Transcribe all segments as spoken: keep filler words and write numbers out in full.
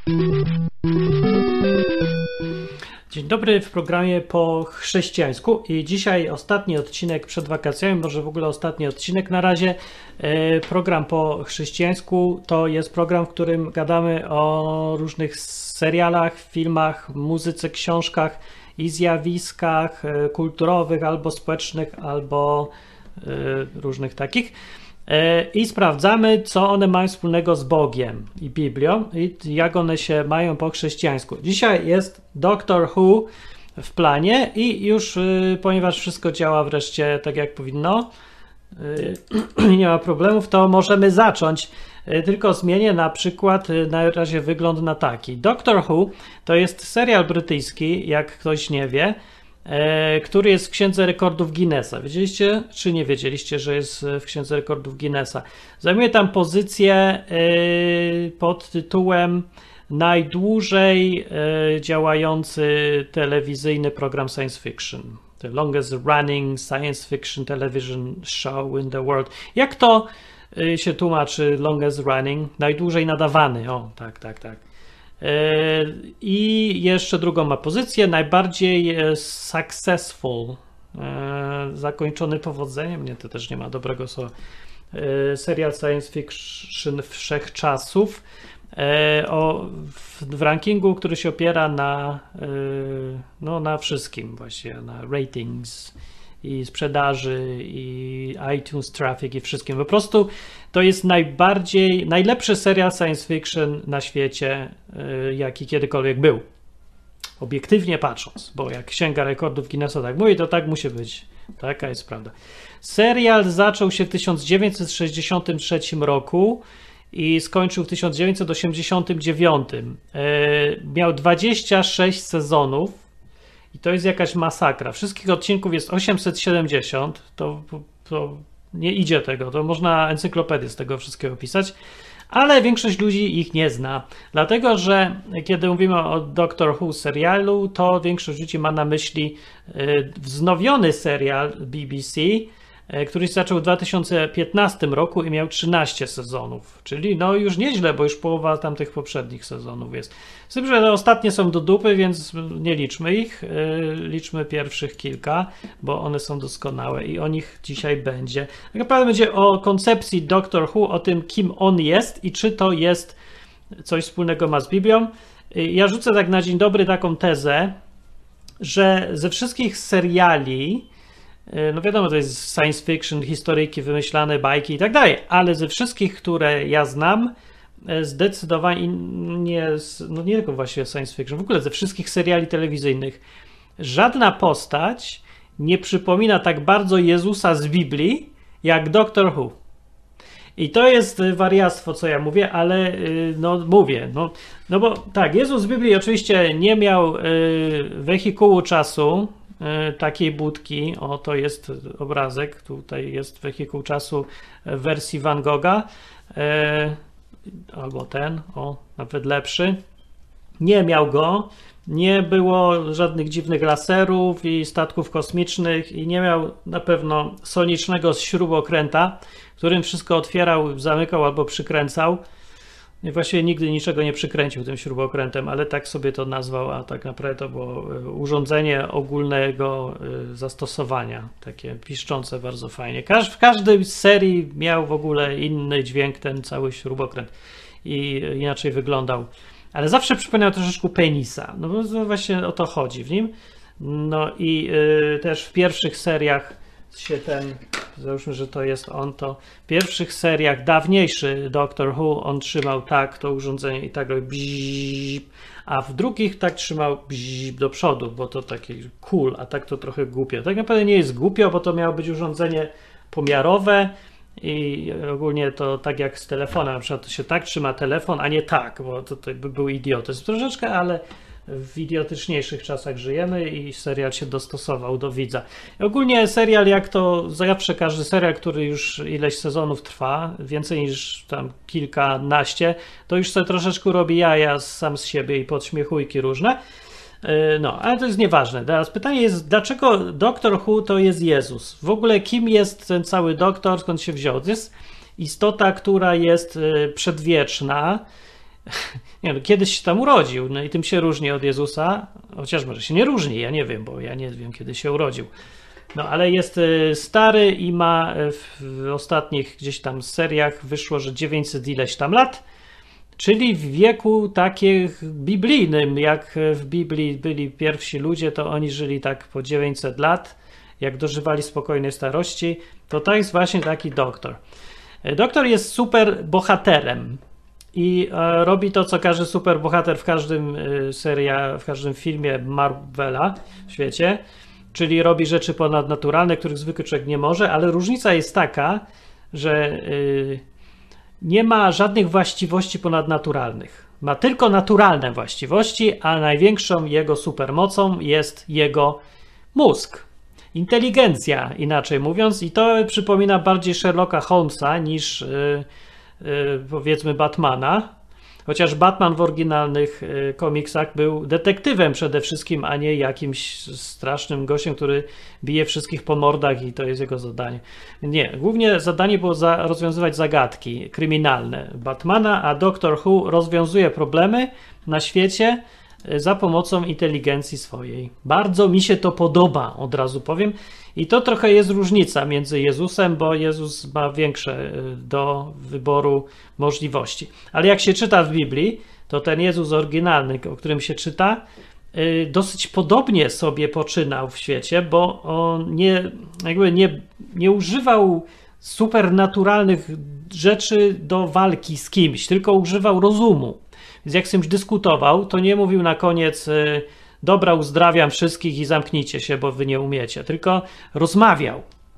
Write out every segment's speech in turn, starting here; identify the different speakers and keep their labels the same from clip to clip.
Speaker 1: Dzień dobry, w programie po chrześcijańsku i dzisiaj ostatni odcinek przed wakacjami, może w ogóle ostatni odcinek na razie. Program po chrześcijańsku to jest program, w którym gadamy o różnych serialach, filmach, muzyce, książkach i zjawiskach kulturowych albo społecznych, albo różnych takich. I sprawdzamy, co one mają wspólnego z Bogiem i Biblią i jak one się mają po chrześcijańsku. Dzisiaj jest Doctor Who w planie i już, ponieważ wszystko działa wreszcie tak, jak powinno, nie ma problemów, to możemy zacząć. Tylko zmienię na przykład na razie wygląd na taki. Doctor Who to jest serial brytyjski, jak ktoś nie wie, który jest w Księdze Rekordów Guinnessa. Wiedzieliście, czy nie wiedzieliście, że jest w Księdze Rekordów Guinnessa? Zajmuje tam pozycję pod tytułem najdłużej działający telewizyjny program science fiction. The longest running science fiction television show in the world. Jak to się tłumaczy longest running? Najdłużej nadawany. O, tak, tak, tak. I jeszcze drugą ma pozycję, najbardziej successful, zakończony powodzeniem, nie, to też nie ma dobrego słowa, serial science fiction wszechczasów, o, w, w rankingu, który się opiera na, no, na wszystkim właśnie, na ratings i sprzedaży i iTunes traffic i wszystkim. Po prostu to jest najbardziej, najlepszy serial science fiction na świecie, jaki kiedykolwiek był. Obiektywnie patrząc, bo jak Księga Rekordów Guinnessa tak mówi, to tak musi być. Taka jest prawda. Serial zaczął się w tysiąc dziewięćset sześćdziesiątym trzecim roku i skończył w tysiąc dziewięćset osiemdziesiątym dziewiątym. Miał dwadzieścia sześć sezonów. I to jest jakaś masakra. Wszystkich odcinków jest osiemset siedemdziesiąt. To, to nie idzie tego. To można encyklopedię z tego wszystkiego pisać. Ale większość ludzi ich nie zna. Dlatego, że kiedy mówimy o Doctor Who serialu, to większość ludzi ma na myśli wznowiony serial B B C, który się zaczął w dwa tysiące piętnastym roku i miał trzynaście sezonów. Czyli no już nieźle, bo już połowa tamtych poprzednich sezonów jest. Z tym, że te ostatnie są do dupy, więc nie liczmy ich. Liczmy pierwszych kilka, bo one są doskonałe i o nich dzisiaj będzie. Tak naprawdę będzie o koncepcji Doctor Who, o tym, kim on jest i czy to jest coś wspólnego ma z Biblią. Ja rzucę tak na dzień dobry taką tezę, że ze wszystkich seriali, no wiadomo, to jest science fiction, historyjki, wymyślane bajki i tak dalej, ale ze wszystkich, które ja znam, zdecydowanie nie, no nie tylko właśnie science fiction, w ogóle ze wszystkich seriali telewizyjnych, żadna postać nie przypomina tak bardzo Jezusa z Biblii, jak Doctor Who. I to jest wariactwo, co ja mówię, ale no mówię, no, no bo tak, Jezus z Biblii oczywiście nie miał wehikułu czasu, takiej budki, o to jest obrazek, tutaj jest wehikuł czasu w wersji Van Gogha, e, albo ten, o nawet lepszy, nie miał go, nie było żadnych dziwnych laserów i statków kosmicznych i nie miał na pewno sonicznego śrubokręta, którym wszystko otwierał, zamykał albo przykręcał. I właściwie nigdy niczego nie przykręcił tym śrubokrętem, ale tak sobie to nazwał, a tak naprawdę to było urządzenie ogólnego zastosowania, takie piszczące bardzo fajnie. Każ, w każdej serii miał w ogóle inny dźwięk ten cały śrubokręt i inaczej wyglądał, ale zawsze przypominał troszeczkę penisa, no bo to właśnie o to chodzi w nim. No i y, też w pierwszych seriach się ten, załóżmy, że to jest on, to w pierwszych seriach, dawniejszy Doctor Who, on trzymał tak to urządzenie i tak robił bzzz, a w drugich tak trzymał bzzz do przodu, bo to taki cool, a tak to trochę głupio. Tak naprawdę nie jest głupio, bo to miało być urządzenie pomiarowe i ogólnie to tak jak z telefonem, na przykład to się tak trzyma telefon, a nie tak, bo to, to by był idiotyzm troszeczkę, ale w idiotyczniejszych czasach żyjemy i serial się dostosował do widza. I ogólnie serial, jak to zawsze każdy serial, który już ileś sezonów trwa, więcej niż tam kilkanaście, to już sobie troszeczkę robi jaja sam z siebie i podśmiechujki różne. No, ale to jest nieważne. Teraz pytanie jest, dlaczego Doctor Who to jest Jezus? W ogóle kim jest ten cały doktor, skąd się wziął? To jest istota, która jest przedwieczna Nie, no, kiedyś się tam urodził, no i tym się różni od Jezusa, chociaż może się nie różni, ja nie wiem, bo ja nie wiem, kiedy się urodził. No ale jest y, stary i ma y, w, w ostatnich gdzieś tam seriach wyszło, że dziewięćset ileś tam lat, czyli w wieku takich biblijnym, jak w Biblii byli pierwsi ludzie, to oni żyli tak po dziewięćset lat, jak dożywali spokojnej starości, to to jest właśnie taki doktor. Doktor jest super bohaterem i e, robi to, co każdy super bohater w każdym e, seria, w każdym filmie Marvela w świecie, czyli robi rzeczy ponadnaturalne, których zwykły człowiek nie może, ale różnica jest taka, że e, nie ma żadnych właściwości ponadnaturalnych. Ma tylko naturalne właściwości, a największą jego supermocą jest jego mózg. Inteligencja, inaczej mówiąc, i to przypomina bardziej Sherlocka Holmesa niż yy, yy, powiedzmy Batmana, chociaż Batman w oryginalnych yy, komiksach był detektywem przede wszystkim, a nie jakimś strasznym gościem, który bije wszystkich po mordach i to jest jego zadanie. Nie, głównie zadanie było za, rozwiązywać zagadki kryminalne Batmana, a Doctor Who rozwiązuje problemy na świecie za pomocą inteligencji swojej. Bardzo mi się to podoba, od razu powiem. I to trochę jest różnica między Jezusem, bo Jezus ma większe do wyboru możliwości. Ale jak się czyta w Biblii, to ten Jezus oryginalny, o którym się czyta, dosyć podobnie sobie poczynał w świecie, bo on nie, jakby nie, nie używał supernaturalnych rzeczy do walki z kimś, tylko używał rozumu. Więc jak z kimś dyskutował, to nie mówił na koniec dobra, uzdrawiam wszystkich i zamknijcie się, bo wy nie umiecie, tylko rozmawiał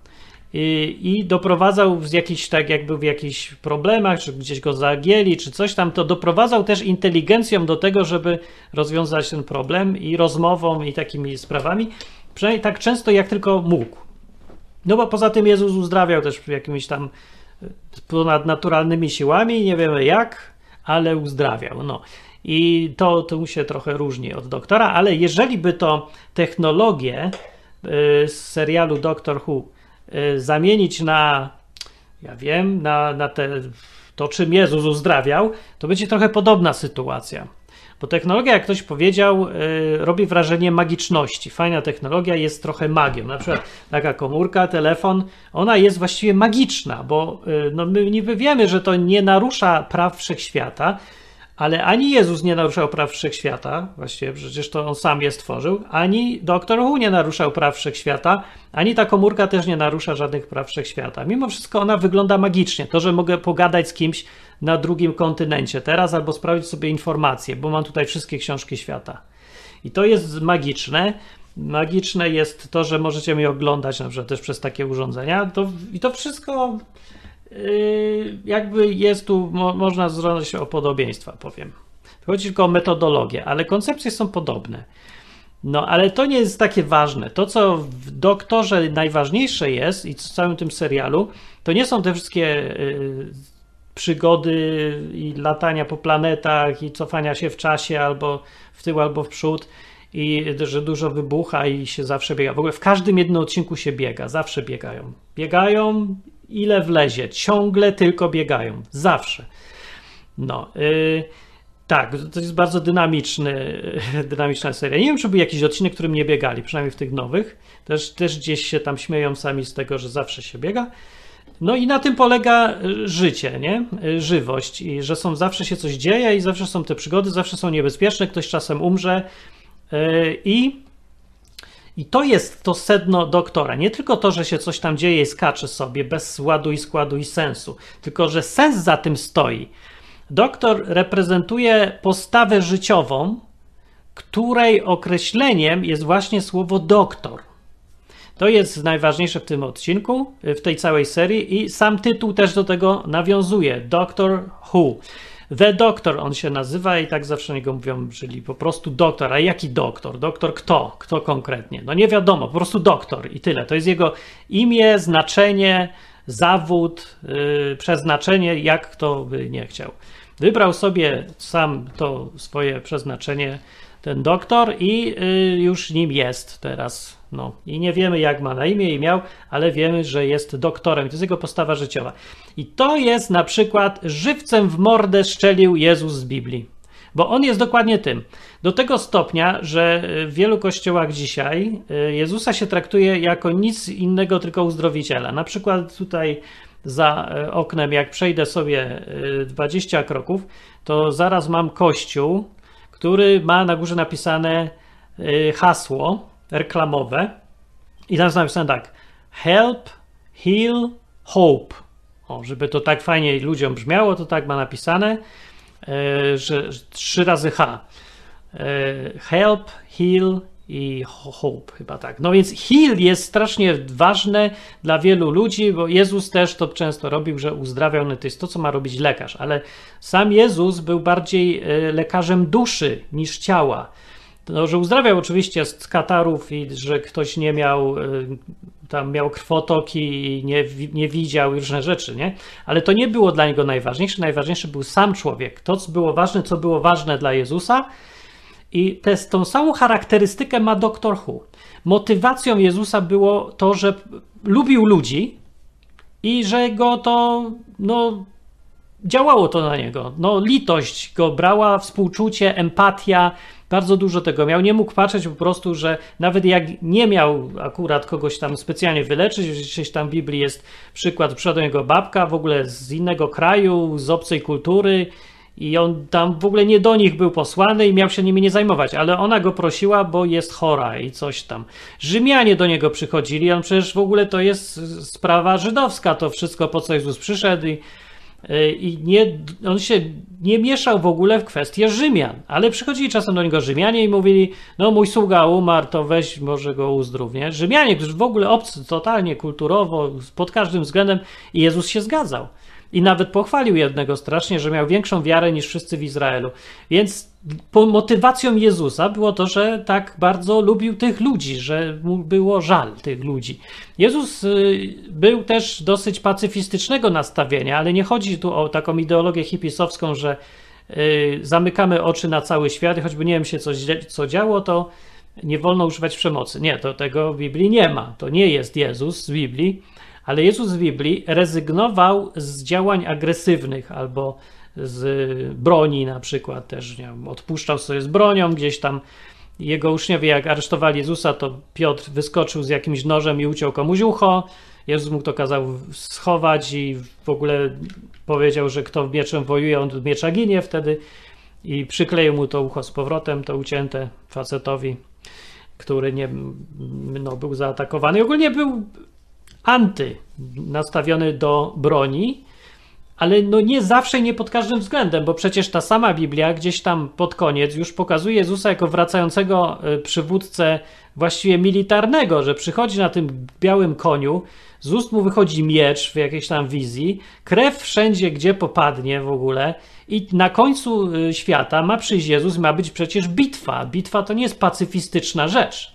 Speaker 1: i, i doprowadzał w jakichś, tak jakby w jakichś problemach, czy gdzieś go zagięli, czy coś tam, to doprowadzał też inteligencją do tego, żeby rozwiązać ten problem i rozmową i takimi sprawami, przynajmniej tak często jak tylko mógł. No bo poza tym Jezus uzdrawiał też jakimiś tam ponadnaturalnymi siłami, nie wiemy jak, ale uzdrawiał. No. I to, to mu się trochę różni od doktora, ale jeżeli by to technologię z serialu Doctor Who zamienić na, ja wiem, na, na te, to czym Jezus uzdrawiał, to będzie trochę podobna sytuacja. Bo technologia, jak ktoś powiedział, robi wrażenie magiczności. Fajna technologia jest trochę magią. Na przykład taka komórka, telefon, ona jest właściwie magiczna, bo no, my niby wiemy, że to nie narusza praw wszechświata, ale ani Jezus nie naruszał praw wszechświata, właściwie przecież to on sam je stworzył, ani doktor Who nie naruszał praw wszechświata, ani ta komórka też nie narusza żadnych praw wszechświata. Mimo wszystko ona wygląda magicznie. To, że mogę pogadać z kimś na drugim kontynencie teraz albo sprawdzić sobie informacje, bo mam tutaj wszystkie książki świata. I to jest magiczne. Magiczne jest to, że możecie mnie oglądać na przykład też przez takie urządzenia. To, I to wszystko yy, jakby jest tu, mo, można zrobić o podobieństwa, powiem. Chodzi tylko o metodologię, ale koncepcje są podobne. No, ale to nie jest takie ważne. To, co w Doktorze najważniejsze jest i w całym tym serialu, to nie są te wszystkie yy, przygody i latania po planetach i cofania się w czasie albo w tył, albo w przód i że dużo wybucha i się zawsze biega. W ogóle w każdym jednym odcinku się biega, zawsze biegają. Biegają ile wlezie, ciągle tylko biegają, zawsze. No, yy, tak, to jest bardzo dynamiczny, dynamiczna seria. Nie wiem, czy był jakiś odcinek, w którym nie biegali, przynajmniej w tych nowych. Też, też gdzieś się tam śmieją sami z tego, że zawsze się biega. No i na tym polega życie, nie? Żywość i że są, zawsze się coś dzieje i zawsze są te przygody, zawsze są niebezpieczne, ktoś czasem umrze i, i to jest to sedno doktora. Nie tylko to, że się coś tam dzieje i skacze sobie bez ładu i składu i sensu, tylko że sens za tym stoi. Doktor reprezentuje postawę życiową, której określeniem jest właśnie słowo doktor. To jest najważniejsze w tym odcinku, w tej całej serii i sam tytuł też do tego nawiązuje. Doctor Who. The Doctor on się nazywa i tak zawsze niego mówią, czyli po prostu doktor. A jaki doktor? Doktor kto? Kto konkretnie? No nie wiadomo, po prostu doktor i tyle. To jest jego imię, znaczenie, zawód, yy, przeznaczenie, jak kto by nie chciał. Wybrał sobie sam to swoje przeznaczenie, ten doktor, i y, już nim jest teraz. No. I nie wiemy, jak ma na imię i miał, ale wiemy, że jest doktorem. To jest jego postawa życiowa. I to jest na przykład żywcem w mordę strzelił Jezus z Biblii. Bo on jest dokładnie tym. Do tego stopnia, że w wielu kościołach dzisiaj Jezusa się traktuje jako nic innego, tylko uzdrowiciela. Na przykład tutaj za oknem, jak przejdę sobie dwadzieścia kroków, to zaraz mam kościół, który ma na górze napisane hasło reklamowe i tam jest napisane tak: help, heal, hope. O, żeby to tak fajnie ludziom brzmiało, to tak ma napisane, że trzy razy H. Help, heal i hope, chyba tak. No więc heal jest strasznie ważne dla wielu ludzi, bo Jezus też to często robił, że uzdrawiał, no to jest to, co ma robić lekarz, ale sam Jezus był bardziej lekarzem duszy niż ciała. No, że uzdrawiał oczywiście z katarów i że ktoś nie miał, tam miał krwotoki i nie, nie widział i różne rzeczy, nie? Ale to nie było dla niego najważniejsze. Najważniejszy był sam człowiek. To, co było ważne, co było ważne dla Jezusa. I tę tą samą charakterystykę ma doktor Who. Motywacją Jezusa było to, że lubił ludzi i że go to, no, działało to na niego. No, litość go brała, współczucie, empatia, bardzo dużo tego miał. Nie mógł patrzeć po prostu, że nawet jak nie miał akurat kogoś tam specjalnie wyleczyć, gdzieś tam w Biblii jest przykład, przyszła jego babka w ogóle z innego kraju, z obcej kultury i on tam w ogóle nie do nich był posłany i miał się nimi nie zajmować, ale ona go prosiła, bo jest chora i coś tam. Rzymianie do niego przychodzili, on przecież w ogóle to jest sprawa żydowska, to wszystko, po co Jezus przyszedł, i I nie, on się nie mieszał w ogóle w kwestie Rzymian, ale przychodzili czasem do niego Rzymianie i mówili: no mój sługa umarł, to weź, może go uzdrów, nie? Rzymianie, którzy w ogóle obcy totalnie kulturowo, pod każdym względem, i Jezus się zgadzał. I nawet pochwalił jednego strasznie, że miał większą wiarę niż wszyscy w Izraelu. Więc motywacją Jezusa było to, że tak bardzo lubił tych ludzi, że mu było żal tych ludzi. Jezus był też dosyć pacyfistycznego nastawienia, ale nie chodzi tu o taką ideologię hipisowską, że zamykamy oczy na cały świat i choćby nie wiem się coś co działo, to nie wolno używać przemocy. Nie, to tego w Biblii nie ma. To nie jest Jezus z Biblii. Ale Jezus w Biblii rezygnował z działań agresywnych albo z broni na przykład też, nie wiem, odpuszczał sobie z bronią gdzieś tam. Jego uczniowie, jak aresztowali Jezusa, to Piotr wyskoczył z jakimś nożem i uciął komuś ucho. Jezus mu to kazał schować i w ogóle powiedział, że kto mieczem wojuje, on miecza ginie wtedy, i przykleił mu to ucho z powrotem, to ucięte facetowi, który nie, no, był zaatakowany. I ogólnie był anty, nastawiony do broni, ale no nie zawsze i nie pod każdym względem, bo przecież ta sama Biblia gdzieś tam pod koniec już pokazuje Jezusa jako wracającego przywódcę właściwie militarnego, że przychodzi na tym białym koniu, z ust mu wychodzi miecz w jakiejś tam wizji, krew wszędzie, gdzie popadnie w ogóle, i na końcu świata ma przyjść Jezus, ma być przecież bitwa. Bitwa to nie jest pacyfistyczna rzecz.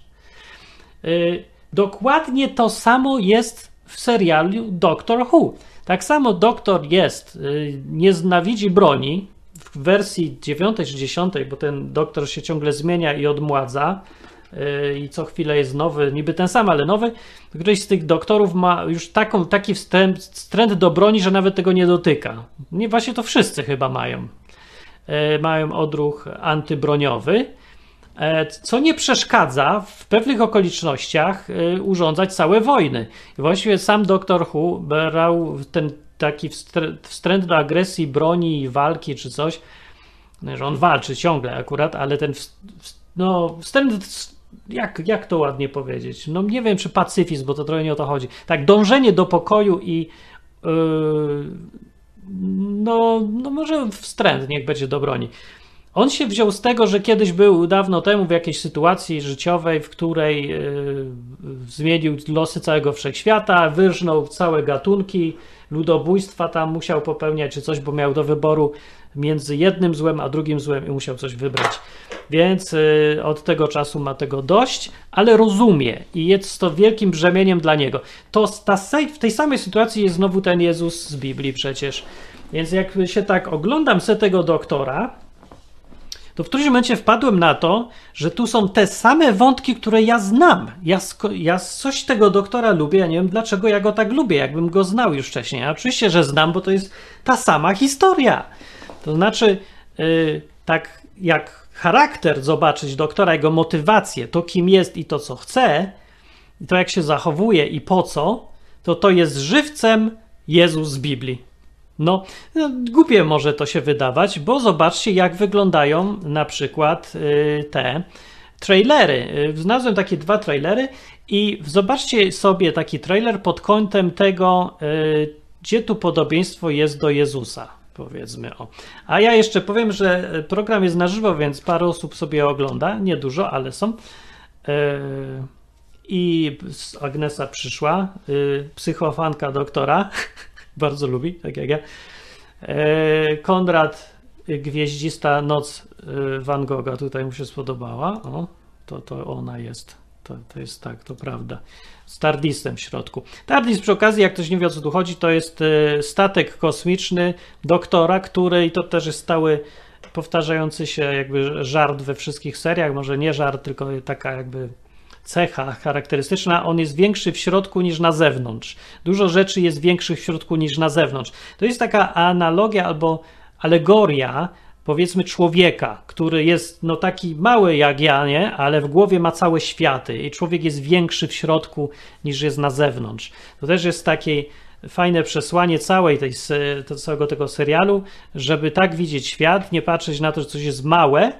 Speaker 1: Dokładnie to samo jest w serialu Doctor Who. Tak samo doktor jest, nie znawidzi broni w wersji dziewiątej czy dziesiątej, bo ten doktor się ciągle zmienia i odmładza i co chwilę jest nowy, niby ten sam, ale nowy. Któryś z tych doktorów ma już taką, taki wstręt, wstręt do broni, że nawet tego nie dotyka. Nie, właśnie to wszyscy chyba mają. Mają odruch antybroniowy, co nie przeszkadza w pewnych okolicznościach urządzać całe wojny. I właściwie sam doktor Who brał ten taki wstręt do agresji, broni, walki czy coś, że on walczy ciągle akurat, ale ten no, wstręt, jak, jak to ładnie powiedzieć, no nie wiem, czy pacyfizm, bo to trochę nie o to chodzi. Tak, dążenie do pokoju i yy, no, no może wstręt, niech będzie do broni. On się wziął z tego, że kiedyś był dawno temu w jakiejś sytuacji życiowej, w której yy, zmienił losy całego wszechświata, wyrżnął całe gatunki, ludobójstwa tam musiał popełniać czy coś, bo miał do wyboru między jednym złem a drugim złem i musiał coś wybrać. Więc yy, od tego czasu ma tego dość, ale rozumie i jest to wielkim brzemieniem dla niego. To ta, w tej samej sytuacji jest znowu ten Jezus z Biblii przecież. Więc jak się tak oglądam se tego doktora, to w którymś momencie wpadłem na to, że tu są te same wątki, które ja znam. Ja, ja coś tego doktora lubię, ja nie wiem dlaczego ja go tak lubię, jakbym go znał już wcześniej. A oczywiście, że znam, bo to jest ta sama historia. To znaczy, yy, tak jak charakter zobaczyć doktora, jego motywację, to kim jest i to co chce, to jak się zachowuje i po co, to to jest żywcem Jezus z Biblii. No, no, głupie może to się wydawać, bo zobaczcie, jak wyglądają na przykład y, te trailery. Y, znalazłem takie dwa trailery i zobaczcie sobie taki trailer pod kątem tego, y, gdzie tu podobieństwo jest do Jezusa, powiedzmy. O. A ja jeszcze powiem, że program jest na żywo, więc parę osób sobie ogląda, nie dużo, ale są. Y, I Agnesa przyszła, y, psychofanka doktora. Bardzo lubi, tak jak ja. E, Konrad, Gwieździsta Noc Van Gogha, tutaj mu się spodobała. O, to, to ona jest. To, to jest tak, to prawda. Z TARDISem w środku. TARDIS przy okazji, jak ktoś nie wie o co tu chodzi, to jest statek kosmiczny doktora, który, i to też jest stały powtarzający się jakby żart we wszystkich seriach, może nie żart, tylko taka jakby cecha charakterystyczna, on jest większy w środku niż na zewnątrz. Dużo rzeczy jest większych w środku niż na zewnątrz. To jest taka analogia albo alegoria, powiedzmy, człowieka, który jest no taki mały jak ja, nie? Ale w głowie ma całe światy i człowiek jest większy w środku niż jest na zewnątrz. To też jest takie fajne przesłanie całej tej, całego tego serialu, żeby tak widzieć świat, nie patrzeć na to, że coś jest małe,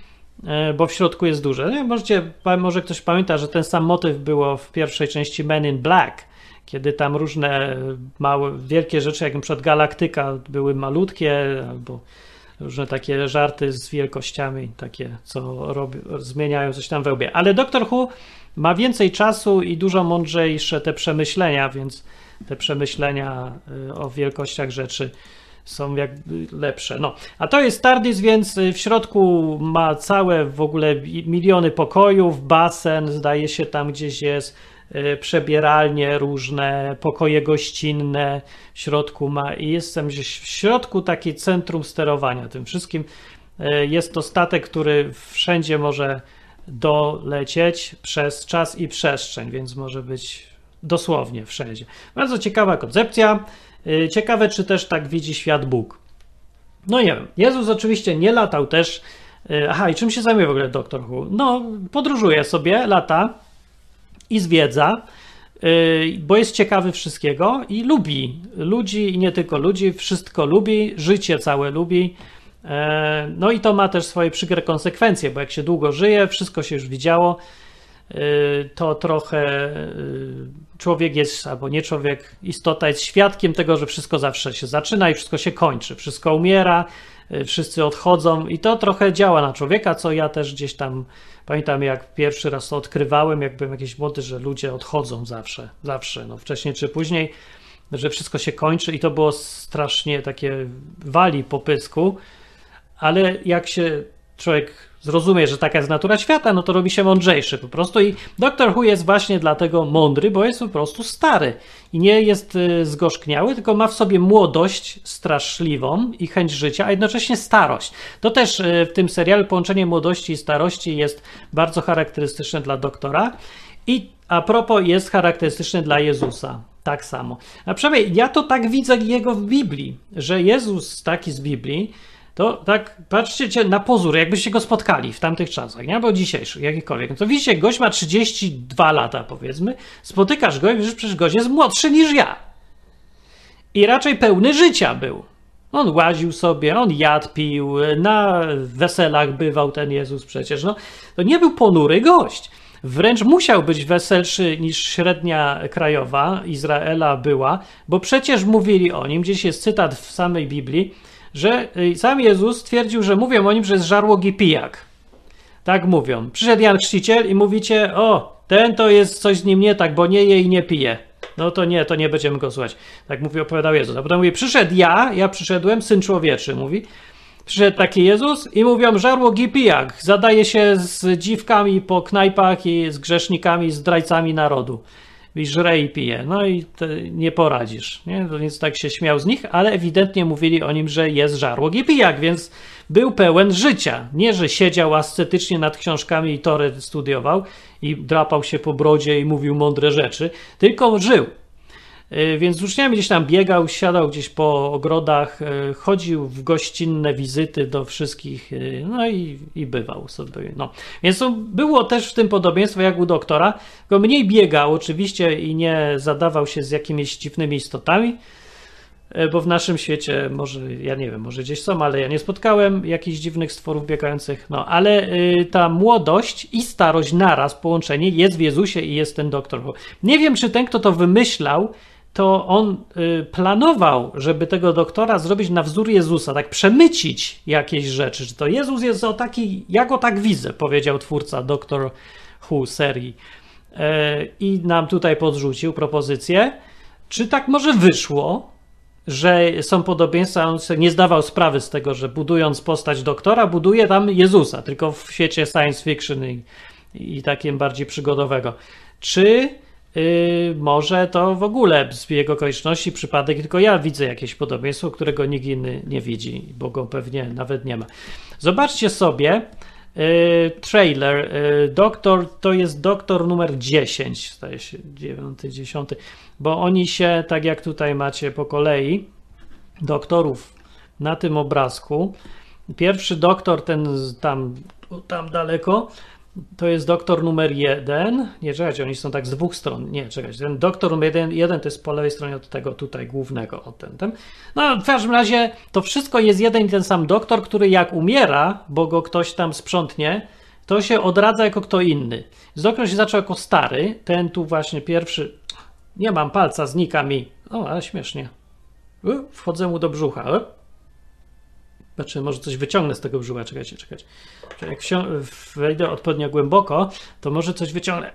Speaker 1: bo w środku jest duże. Nie, możecie, może ktoś pamięta, że ten sam motyw było w pierwszej części Men in Black, kiedy tam różne małe, wielkie rzeczy, jak np. Galaktyka były malutkie, albo różne takie żarty z wielkościami, takie, co robi, zmieniają coś tam we łbie. Ale Doctor Who ma więcej czasu i dużo mądrzejsze te przemyślenia, więc te przemyślenia o wielkościach rzeczy są jakby lepsze. No, a to jest TARDIS, więc w środku ma całe w ogóle miliony pokojów, basen, zdaje się tam gdzieś jest, przebieralnie różne, pokoje gościnne w środku ma i jestem gdzieś w środku takie centrum sterowania tym wszystkim. Jest to statek, który wszędzie może dolecieć przez czas i przestrzeń, więc może być dosłownie wszędzie. Bardzo ciekawa koncepcja. Ciekawe, czy też tak widzi świat Bóg. No nie wiem. Jezus oczywiście nie latał też. Aha, i czym się zajmuje w ogóle Doctor Who? No, podróżuje sobie, lata i zwiedza, bo jest ciekawy wszystkiego i lubi ludzi i nie tylko ludzi, wszystko lubi, życie całe lubi. No i to ma też swoje przykre konsekwencje, bo jak się długo żyje, wszystko się już widziało, to trochę człowiek jest, albo nie człowiek, istota jest świadkiem tego, że wszystko zawsze się zaczyna i wszystko się kończy, wszystko umiera, wszyscy odchodzą i to trochę działa na człowieka, co ja też gdzieś tam pamiętam, jak pierwszy raz to odkrywałem, jak byłem jakiś młody, że ludzie odchodzą zawsze, zawsze, no wcześniej czy później, że wszystko się kończy i to było strasznie takie wali po pysku, ale jak się człowiek zrozumie, że taka jest natura świata, no to robi się mądrzejszy po prostu i Doctor Who jest właśnie dlatego mądry, bo jest po prostu stary i nie jest zgorzkniały, tylko ma w sobie młodość straszliwą i chęć życia, a jednocześnie starość. To też w tym serialu połączenie młodości i starości jest bardzo charakterystyczne dla doktora i a propos jest charakterystyczne dla Jezusa. Tak samo. A przynajmniej ja to tak widzę jego w Biblii, że Jezus taki z Biblii, to tak, patrzcie na pozór, jakbyście go spotkali w tamtych czasach, nie? Albo dzisiejszych, jakikolwiek. No to widzicie, gość ma trzydzieści dwa lata, powiedzmy, spotykasz go i wiesz, przecież gość jest młodszy niż ja. I raczej pełny życia był. On łaził sobie, on jadł, pił, na weselach bywał ten Jezus przecież. No, to nie był ponury gość. Wręcz musiał być weselszy niż średnia krajowa Izraela była, bo przecież mówili o nim, gdzieś jest cytat w samej Biblii, że sam Jezus stwierdził, że mówią o nim, że jest żarłok pijak. Tak mówią. Przyszedł Jan Chrzciciel i mówicie, o, ten to jest coś z nim nie tak, bo nie je i nie pije. No to nie, to nie będziemy go słuchać. Tak mówi, opowiadał Jezus. A potem mówi, przyszedł ja, ja przyszedłem, Syn Człowieczy, mówi. Przyszedł taki Jezus i mówią, żarłok i pijak. Zadaje się z dziwkami po knajpach i z grzesznikami, z zdrajcami narodu. I żre i pije. No i nie poradzisz. Nie? Więc tak się śmiał z nich, ale ewidentnie mówili o nim, że jest żarłok i pijak, więc był pełen życia. Nie, że siedział ascetycznie nad książkami i Torę studiował i drapał się po brodzie i mówił mądre rzeczy, tylko żył. Więc z uczniami gdzieś tam biegał, siadał gdzieś po ogrodach, chodził w gościnne wizyty do wszystkich, no i, i bywał sobie. No. Więc to było też w tym podobieństwo jak u doktora, tylko mniej biegał oczywiście i nie zadawał się z jakimiś dziwnymi istotami, bo w naszym świecie może, ja nie wiem, może gdzieś są, ale ja nie spotkałem jakichś dziwnych stworów biegających, no ale y, ta młodość i starość naraz, połączenie jest w Jezusie i jest ten doktor. Nie wiem, czy ten, kto to wymyślał, to on y, planował, żeby tego doktora zrobić na wzór Jezusa, tak przemycić jakieś rzeczy, że to Jezus jest o taki, ja go tak widzę, powiedział twórca Doctor Who serii y, i nam tutaj podrzucił propozycję, czy tak może wyszło, że są podobieństwa, on sobie nie zdawał sprawy z tego, że budując postać doktora, buduje tam Jezusa, tylko w świecie science fiction i, i takim bardziej przygodowego. Czy Yy, może to w ogóle z jego okoliczności przypadek, tylko ja widzę jakieś podobieństwo, którego nikt inny nie widzi, bo go pewnie nawet nie ma. Zobaczcie sobie yy, trailer. Yy, doktor to jest doktor numer dziesięć, staje się dziewiąty, dziesiąty, bo oni się, tak jak tutaj macie po kolei, doktorów na tym obrazku. Pierwszy doktor, ten tam, tam daleko, to jest doktor numer jeden. Nie, czekajcie, oni są tak z dwóch stron. Nie, czekajcie. Ten doktor numer jeden, jeden to jest po lewej stronie od tego tutaj głównego. Od ten, ten. No, w każdym razie to wszystko jest jeden i ten sam doktor, który jak umiera, bo go ktoś tam sprzątnie, to się odradza jako kto inny. Doktor się zaczął jako stary. Ten tu właśnie pierwszy. Nie mam palca, znika mi. O, ale śmiesznie. Wchodzę mu do brzucha. Znaczy, może coś wyciągnę z tego brzucha. Czekajcie, czekajcie. Jak wejdę odpowiednio głęboko, to może coś wyciągnę.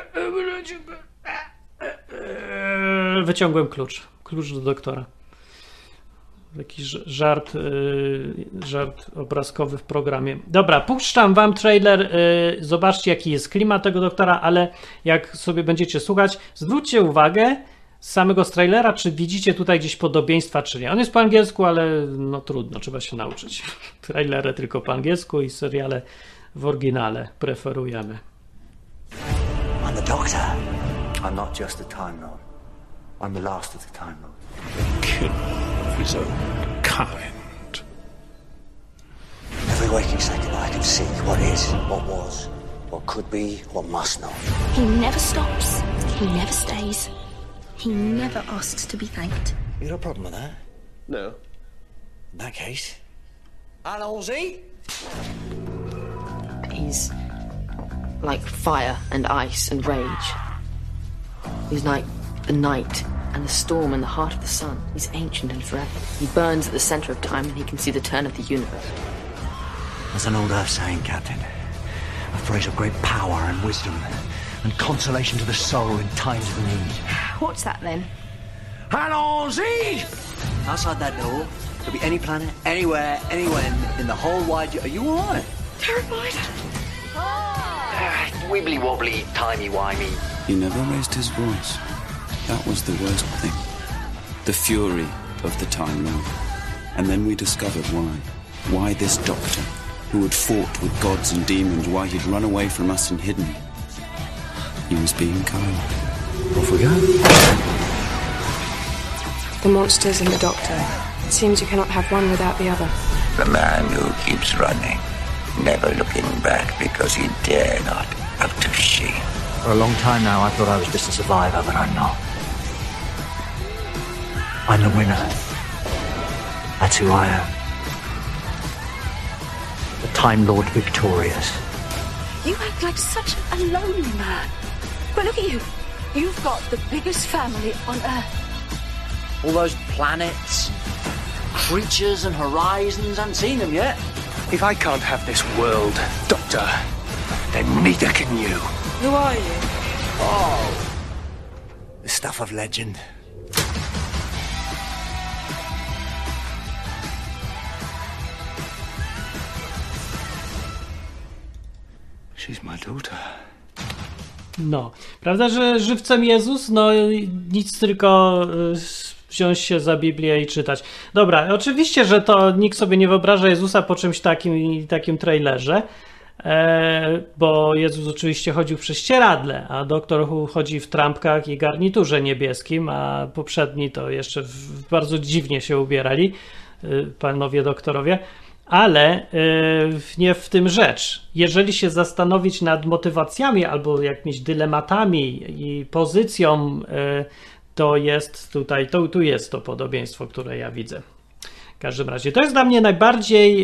Speaker 1: Wyciągłem klucz. Klucz do doktora. Jakiś żart, żart obrazkowy w programie. Dobra, puszczam wam trailer. Zobaczcie, jaki jest klimat tego doktora, ale jak sobie będziecie słuchać, zwróćcie uwagę z samego trailera, czy widzicie tutaj gdzieś podobieństwa, czy nie. On jest po angielsku, ale no trudno, trzeba się nauczyć. Trailery tylko po angielsku i seriale w oryginale preferujemy.
Speaker 2: I'm the Doctor. I'm not just a Time Lord. I'm the last of the Time Lords.
Speaker 3: Killer of his own kind.
Speaker 2: Every waking second I can see what is, what was, what could be, what must not.
Speaker 4: He never stops. He never stays. He never asks to be thanked.
Speaker 2: You got a problem with that?
Speaker 3: No.
Speaker 2: In that case, Allons-y!
Speaker 5: He's like fire and ice and rage. He's like the night and the storm in the heart of the sun. He's ancient and forever. He burns at the center of time and he can see the turn of the universe.
Speaker 2: There's an old Earth saying, Captain. A phrase of great power and wisdom and consolation to the soul in times of need.
Speaker 4: What's that then?
Speaker 2: Allons-y! Outside that door could be any planet, anywhere, anywhere in, in the whole wide... Are you all right?
Speaker 4: Terrified.
Speaker 2: Ah, wibbly wobbly, timey wimey.
Speaker 6: He never raised his voice. That was the worst thing. The fury of the Time Lord. And then we discovered why. Why this doctor, who had fought with gods and demons, why he'd run away from us and hidden. He was being kind.
Speaker 2: Off we go.
Speaker 7: The monsters and the Doctor. It seems you cannot have one without the other.
Speaker 8: The man who keeps running, never looking back because he dare not out of shame.
Speaker 2: For a long time now, I thought I was just a survivor, but I'm not. I'm the winner. That's who I am. The Time Lord victorious.
Speaker 4: You act like such a lonely man. But look at you. You've got the biggest family on Earth.
Speaker 2: All those planets, creatures and horizons. I haven't seen them yet.
Speaker 9: If I can't have this world, Doctor, then neither can you.
Speaker 7: Who are you?
Speaker 2: Oh, the stuff of legend.
Speaker 9: She's my daughter.
Speaker 1: No, prawda, że żywcem Jezus? No nic, tylko y, wziąć się za Biblię i czytać. Dobra, oczywiście, że to nikt sobie nie wyobraża Jezusa po czymś takim, takim trailerze, e, bo Jezus oczywiście chodził w prześcieradle, a doktor Who chodzi w trampkach i garniturze niebieskim, a poprzedni to jeszcze w, bardzo dziwnie się ubierali, y, panowie doktorowie. Ale yy, nie w tym rzecz. Jeżeli się zastanowić nad motywacjami albo jakimiś dylematami i pozycją, yy, to jest tutaj, to, tu jest to podobieństwo, które ja widzę. W każdym razie to jest dla mnie najbardziej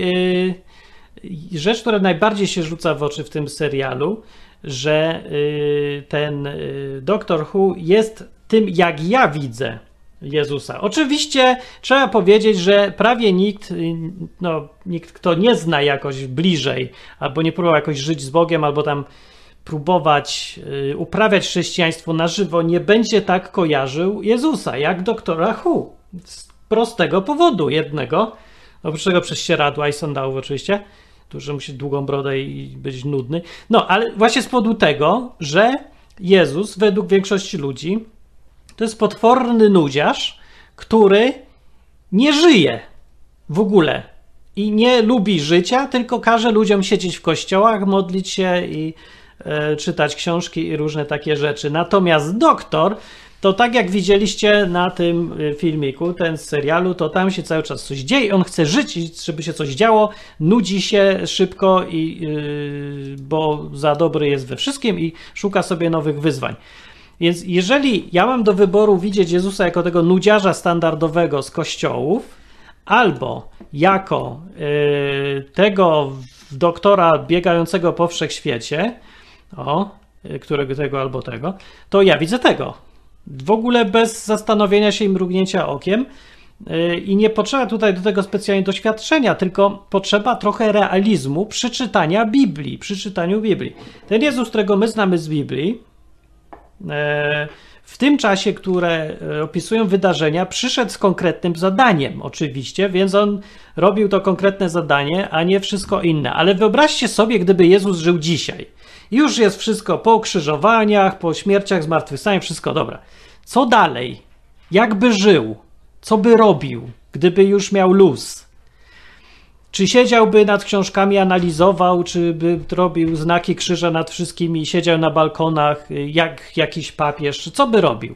Speaker 1: yy, rzecz, która najbardziej się rzuca w oczy w tym serialu, że yy, ten yy, Doctor Who jest tym, jak ja widzę Jezusa. Oczywiście trzeba powiedzieć, że prawie nikt, no, nikt, kto nie zna jakoś bliżej, albo nie próbował jakoś żyć z Bogiem, albo tam próbować y, uprawiać chrześcijaństwo na żywo, nie będzie tak kojarzył Jezusa, jak doktora Who. Z prostego powodu jednego, oprócz tego prześcieradła i sandałów oczywiście, tu, że musi długą brodę i być nudny. No, ale właśnie z powodu tego, że Jezus według większości ludzi to jest potworny nudziarz, który nie żyje w ogóle i nie lubi życia, tylko każe ludziom siedzieć w kościołach, modlić się i e, czytać książki i różne takie rzeczy. Natomiast doktor, to tak jak widzieliście na tym filmiku, ten z serialu, to tam się cały czas coś dzieje, on chce żyć, żeby się coś działo, nudzi się szybko, i, yy, bo za dobry jest we wszystkim i szuka sobie nowych wyzwań. Więc jeżeli ja mam do wyboru widzieć Jezusa jako tego nudziarza standardowego z kościołów, albo jako y, tego doktora biegającego po wszechświecie, o, y, którego tego albo tego, to ja widzę tego. W ogóle bez zastanowienia się i mrugnięcia okiem. Y, I nie potrzeba tutaj do tego specjalnie doświadczenia, tylko potrzeba trochę realizmu przy czytaniu Biblii, przy czytaniu Biblii. Ten Jezus, którego my znamy z Biblii, w tym czasie, które opisują wydarzenia, przyszedł z konkretnym zadaniem oczywiście, więc on robił to konkretne zadanie, a nie wszystko inne. Ale wyobraźcie sobie, gdyby Jezus żył dzisiaj. Już jest wszystko po ukrzyżowaniach, po śmierciach, zmartwychwstaniu, wszystko dobra. Co dalej? Jak by żył? Co by robił, gdyby już miał luz? Czy siedziałby nad książkami, analizował, czy by robił znaki krzyża nad wszystkimi, siedział na balkonach jak jakiś papież, czy co by robił?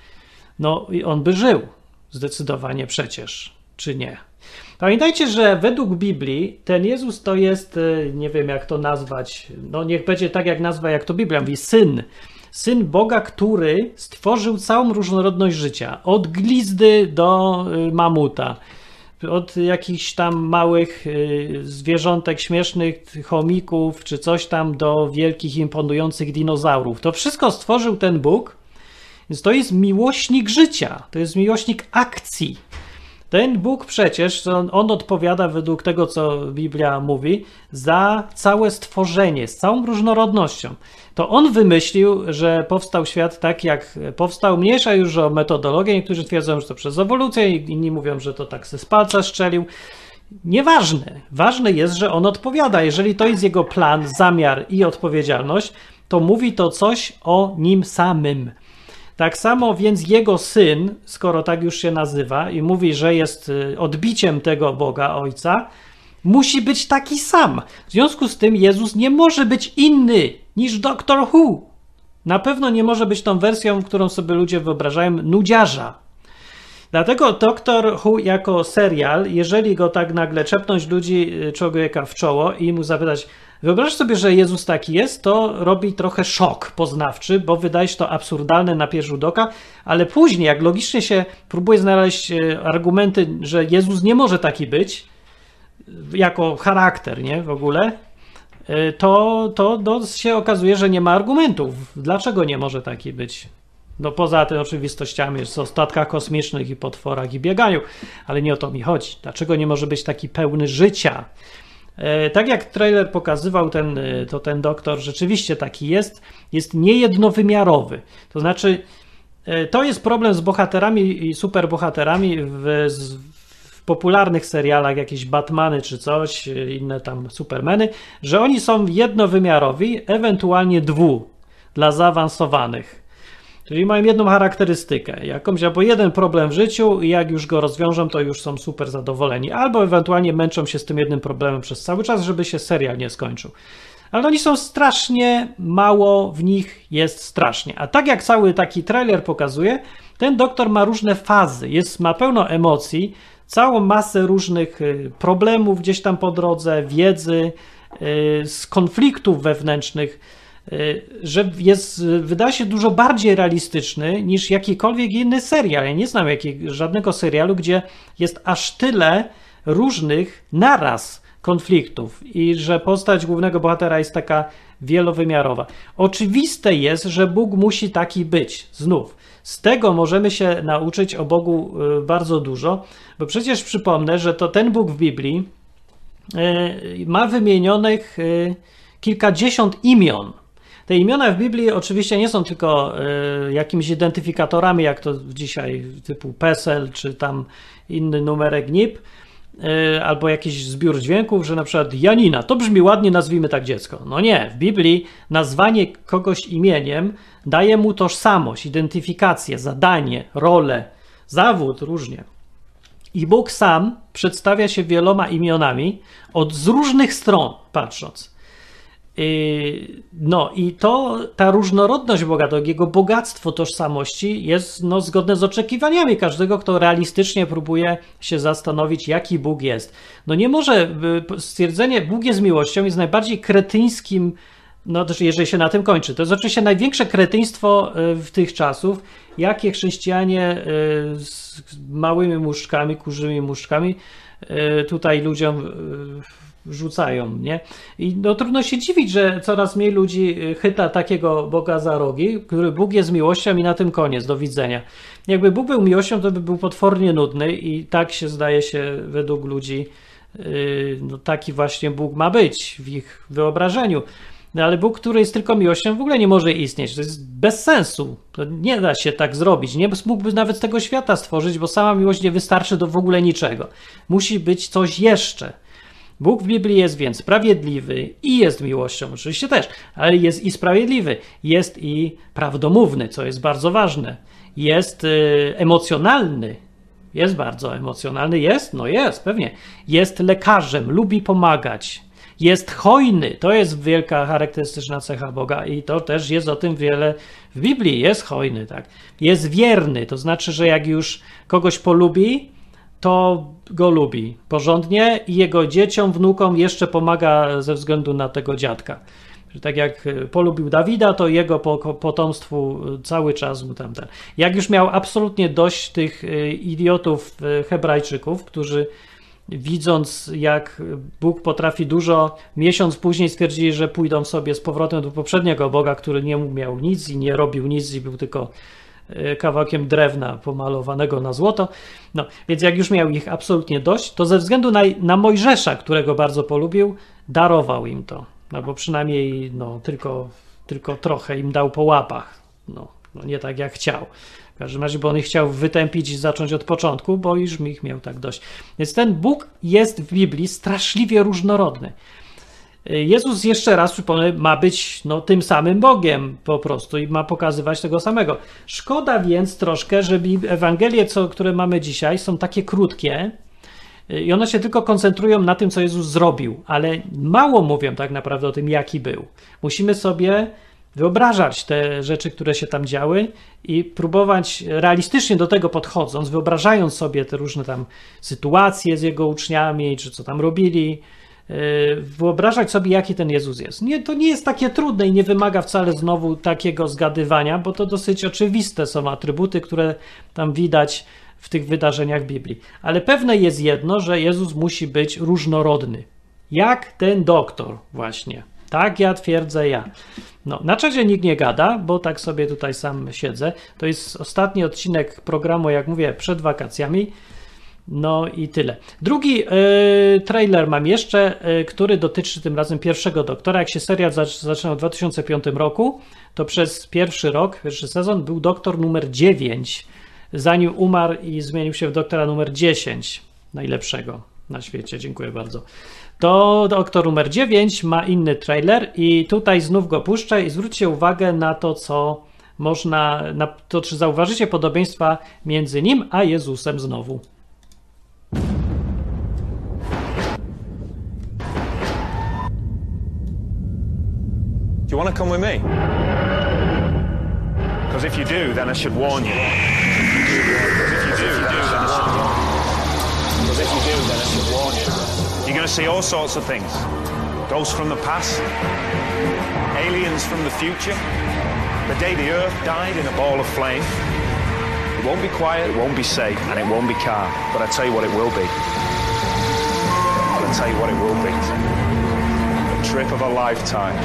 Speaker 1: No i on by żył, zdecydowanie przecież, czy nie? Pamiętajcie, że według Biblii ten Jezus to jest, nie wiem jak to nazwać, no niech będzie tak jak nazwa, jak to Biblia mówi, syn. Syn Boga, który stworzył całą różnorodność życia, od glizdy do mamuta. Od jakichś tam małych y, zwierzątek, śmiesznych chomików, czy coś tam, do wielkich, imponujących dinozaurów. To wszystko stworzył ten Bóg, więc to jest miłośnik życia, to jest miłośnik akcji. Ten Bóg przecież, on, on odpowiada według tego, co Biblia mówi, za całe stworzenie, z całą różnorodnością. To on wymyślił, że powstał świat tak, jak powstał. Mniejsza już o metodologię. Niektórzy twierdzą, że to przez ewolucję, inni mówią, że to tak se z palca strzelił. Nieważne. Ważne jest, że on odpowiada. Jeżeli to jest jego plan, zamiar i odpowiedzialność, to mówi to coś o nim samym. Tak samo więc jego syn, skoro tak już się nazywa i mówi, że jest odbiciem tego Boga Ojca, musi być taki sam. W związku z tym Jezus nie może być inny niż Doctor Who. Na pewno nie może być tą wersją, którą sobie ludzie wyobrażają, nudziarza. Dlatego Doctor Who jako serial, jeżeli go tak nagle czepnąć ludzi, człowieka w czoło i mu zapytać, wyobraź sobie, że Jezus taki jest, to robi trochę szok poznawczy, bo wydaje się to absurdalne na pierwszy rzut oka, ale później, jak logicznie się próbuje znaleźć argumenty, że Jezus nie może taki być, jako charakter, nie, w ogóle, to, to, to się okazuje, że nie ma argumentów. Dlaczego nie może taki być? No poza tym oczywistościami jest o statkach kosmicznych i potworach i bieganiu, ale nie o to mi chodzi. Dlaczego nie może być taki pełny życia? E, tak jak trailer pokazywał, ten, to ten doktor rzeczywiście taki jest, jest niejednowymiarowy. To znaczy, e, to jest problem z bohaterami i superbohaterami w, w popularnych serialach, jakieś Batmany czy coś, inne tam Supermany, że oni są jednowymiarowi, ewentualnie dwu dla zaawansowanych. Czyli mają jedną charakterystykę, jakąś albo jeden problem w życiu i jak już go rozwiążą, to już są super zadowoleni. Albo ewentualnie męczą się z tym jednym problemem przez cały czas, żeby się serial nie skończył. Ale oni są strasznie, mało w nich jest strasznie. A tak jak cały taki trailer pokazuje, ten doktor ma różne fazy, jest, ma pełno emocji, całą masę różnych problemów gdzieś tam po drodze, wiedzy, z konfliktów wewnętrznych, że jest, wydaje się dużo bardziej realistyczny niż jakikolwiek inny serial. Ja nie znam jakiego, żadnego serialu, gdzie jest aż tyle różnych naraz konfliktów i że postać głównego bohatera jest taka wielowymiarowa. Oczywiste jest, że Bóg musi taki być. Znów, z tego możemy się nauczyć o Bogu bardzo dużo, bo przecież przypomnę, że to ten Bóg w Biblii ma wymienionych kilkadziesiąt imion. Te imiona w Biblii oczywiście nie są tylko y, jakimiś identyfikatorami, jak to dzisiaj typu PESEL, czy tam inny numerek N I P, y, albo jakiś zbiór dźwięków, że na przykład Janina, to brzmi ładnie, nazwijmy tak dziecko. No nie, w Biblii nazwanie kogoś imieniem daje mu tożsamość, identyfikację, zadanie, rolę, zawód, różnie. I Bóg sam przedstawia się wieloma imionami od z różnych stron patrząc. No i to, ta różnorodność Boga, to jego bogactwo tożsamości jest no, zgodne z oczekiwaniami każdego, kto realistycznie próbuje się zastanowić, jaki Bóg jest. No nie może, stwierdzenie Bóg jest miłością jest najbardziej kretyńskim, no jeżeli się na tym kończy. To jest oczywiście największe kretyństwo w tych czasów, jakie chrześcijanie z małymi muszczkami, kurzymi muszczkami tutaj ludziom rzucają, nie? I no trudno się dziwić, że coraz mniej ludzi chyta takiego Boga za rogi, który Bóg jest miłością i na tym koniec, do widzenia. Jakby Bóg był miłością, to by był potwornie nudny i tak się zdaje się według ludzi, yy, no taki właśnie Bóg ma być w ich wyobrażeniu. No ale Bóg, który jest tylko miłością, w ogóle nie może istnieć. To jest bez sensu. To nie da się tak zrobić. Nie mógłby nawet tego świata stworzyć, bo sama miłość nie wystarczy do w ogóle niczego. Musi być coś jeszcze. Bóg w Biblii jest więc sprawiedliwy i jest miłością, oczywiście też, ale jest i sprawiedliwy, jest i prawdomówny, co jest bardzo ważne, jest y, emocjonalny, jest bardzo emocjonalny, jest, no jest, pewnie, jest lekarzem, lubi pomagać, jest hojny, to jest wielka charakterystyczna cecha Boga i to też jest o tym wiele w Biblii, jest hojny, tak, jest wierny, to znaczy, że jak już kogoś polubi, to go lubi porządnie i jego dzieciom, wnukom jeszcze pomaga ze względu na tego dziadka. Tak jak polubił Dawida, to jego potomstwu cały czas mu tam ten. Jak już miał absolutnie dość tych idiotów Hebrajczyków, którzy widząc jak Bóg potrafi dużo, miesiąc później stwierdzili, że pójdą sobie z powrotem do poprzedniego Boga, który nie miał nic i nie robił nic i był tylko kawałkiem drewna pomalowanego na złoto. No, więc jak już miał ich absolutnie dość, to ze względu na, na Mojżesza, którego bardzo polubił, darował im to. Albo przynajmniej no, tylko, tylko trochę im dał po łapach. No, no, nie tak jak chciał. W każdym razie, bo on ich chciał wytępić i zacząć od początku, bo już ich miał tak dość. Więc ten Bóg jest w Biblii straszliwie różnorodny. Jezus, jeszcze raz przypomnę, ma być no, tym samym Bogiem po prostu i ma pokazywać tego samego. Szkoda więc troszkę, że Ewangelie, co, które mamy dzisiaj, są takie krótkie i one się tylko koncentrują na tym, co Jezus zrobił, ale mało mówią tak naprawdę o tym, jaki był. Musimy sobie wyobrażać te rzeczy, które się tam działy i próbować realistycznie do tego podchodząc, wyobrażając sobie te różne tam sytuacje z jego uczniami, czy co tam robili, wyobrażać sobie, jaki ten Jezus jest. Nie, to nie jest takie trudne i nie wymaga wcale znowu takiego zgadywania, bo to dosyć oczywiste są atrybuty, które tam widać w tych wydarzeniach Biblii. Ale pewne jest jedno, że Jezus musi być różnorodny. Jak ten doktor właśnie. Tak ja twierdzę ja. No, na czacie nikt nie gada, bo tak sobie tutaj sam siedzę. To jest ostatni odcinek programu, jak mówię, przed wakacjami. No i tyle. Drugi yy, trailer mam jeszcze, yy, który dotyczy tym razem pierwszego Doktora. Jak się serial zac- zaczynał w dwa tysiące piątym roku, to przez pierwszy rok, pierwszy sezon był Doktor numer dziewięć, zanim umarł i zmienił się w Doktora numer dziesięć, najlepszego na świecie. Dziękuję bardzo. To Doktor numer dziewięć ma inny trailer i tutaj znów go puszczę i zwróćcie uwagę na to, co można, na to, czy zauważycie podobieństwa między nim a Jezusem znowu.
Speaker 10: Do you want to come with me? Because if you do, then I should warn you. Because if you do, then I should warn you. Because if you do, then I should warn you. You're going to see all sorts of things. Ghosts from the past. Aliens from the future. The day the Earth died in a ball of flame. It won't be quiet, it won't be safe, and it won't be calm. But I tell you what it will be. I'll tell you what it will be. The trip of a lifetime.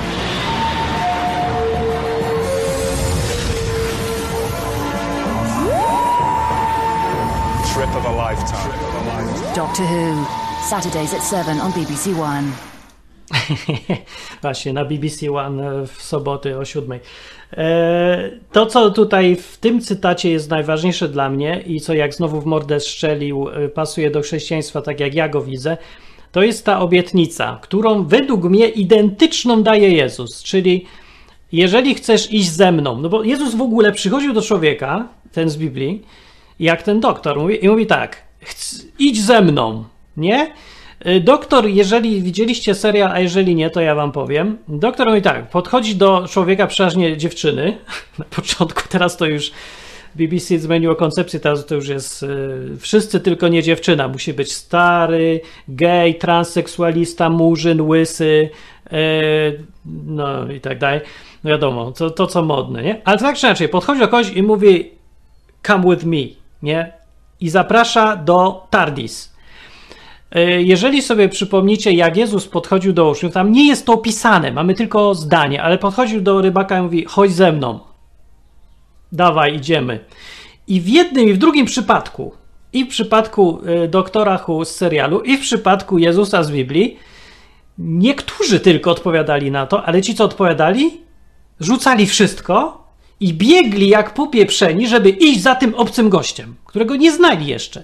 Speaker 10: Trip of a lifetime.
Speaker 11: Doctor Who, Saturdays at seven on B B C One.
Speaker 1: Właśnie, na B B C One w soboty o siódmej. To, co tutaj w tym cytacie jest najważniejsze dla mnie i co jak znowu w mordę strzelił, pasuje do chrześcijaństwa tak jak ja go widzę, to jest ta obietnica, którą według mnie identyczną daje Jezus, czyli jeżeli chcesz iść ze mną, no bo Jezus w ogóle przychodził do człowieka, ten z Biblii, jak ten doktor mówi, i mówi tak, idź ze mną, nie? Doktor, jeżeli widzieliście serial, a jeżeli nie, to ja wam powiem. Doktor mówi tak, podchodzi do człowieka, przeważnie dziewczyny, na początku, teraz to już B B C zmieniło koncepcję, teraz to już jest yy, wszyscy, tylko nie dziewczyna. Musi być stary, gej, transseksualista, murzyn, łysy, yy, no i tak dalej. No wiadomo, to, to co modne, nie? Ale tak czy inaczej, podchodzi do kogoś i mówi come with me, nie? I zaprasza do TARDIS. Jeżeli sobie przypomnicie, jak Jezus podchodził do uczniów, tam nie jest to opisane, mamy tylko zdanie, ale podchodził do rybaka i mówi, chodź ze mną, dawaj, idziemy. I w jednym i w drugim przypadku, i w przypadku doktora Who z serialu, i w przypadku Jezusa z Biblii, niektórzy tylko odpowiadali na to, ale ci, co odpowiadali, rzucali wszystko i biegli jak popieprzeni, żeby iść za tym obcym gościem, którego nie znali jeszcze.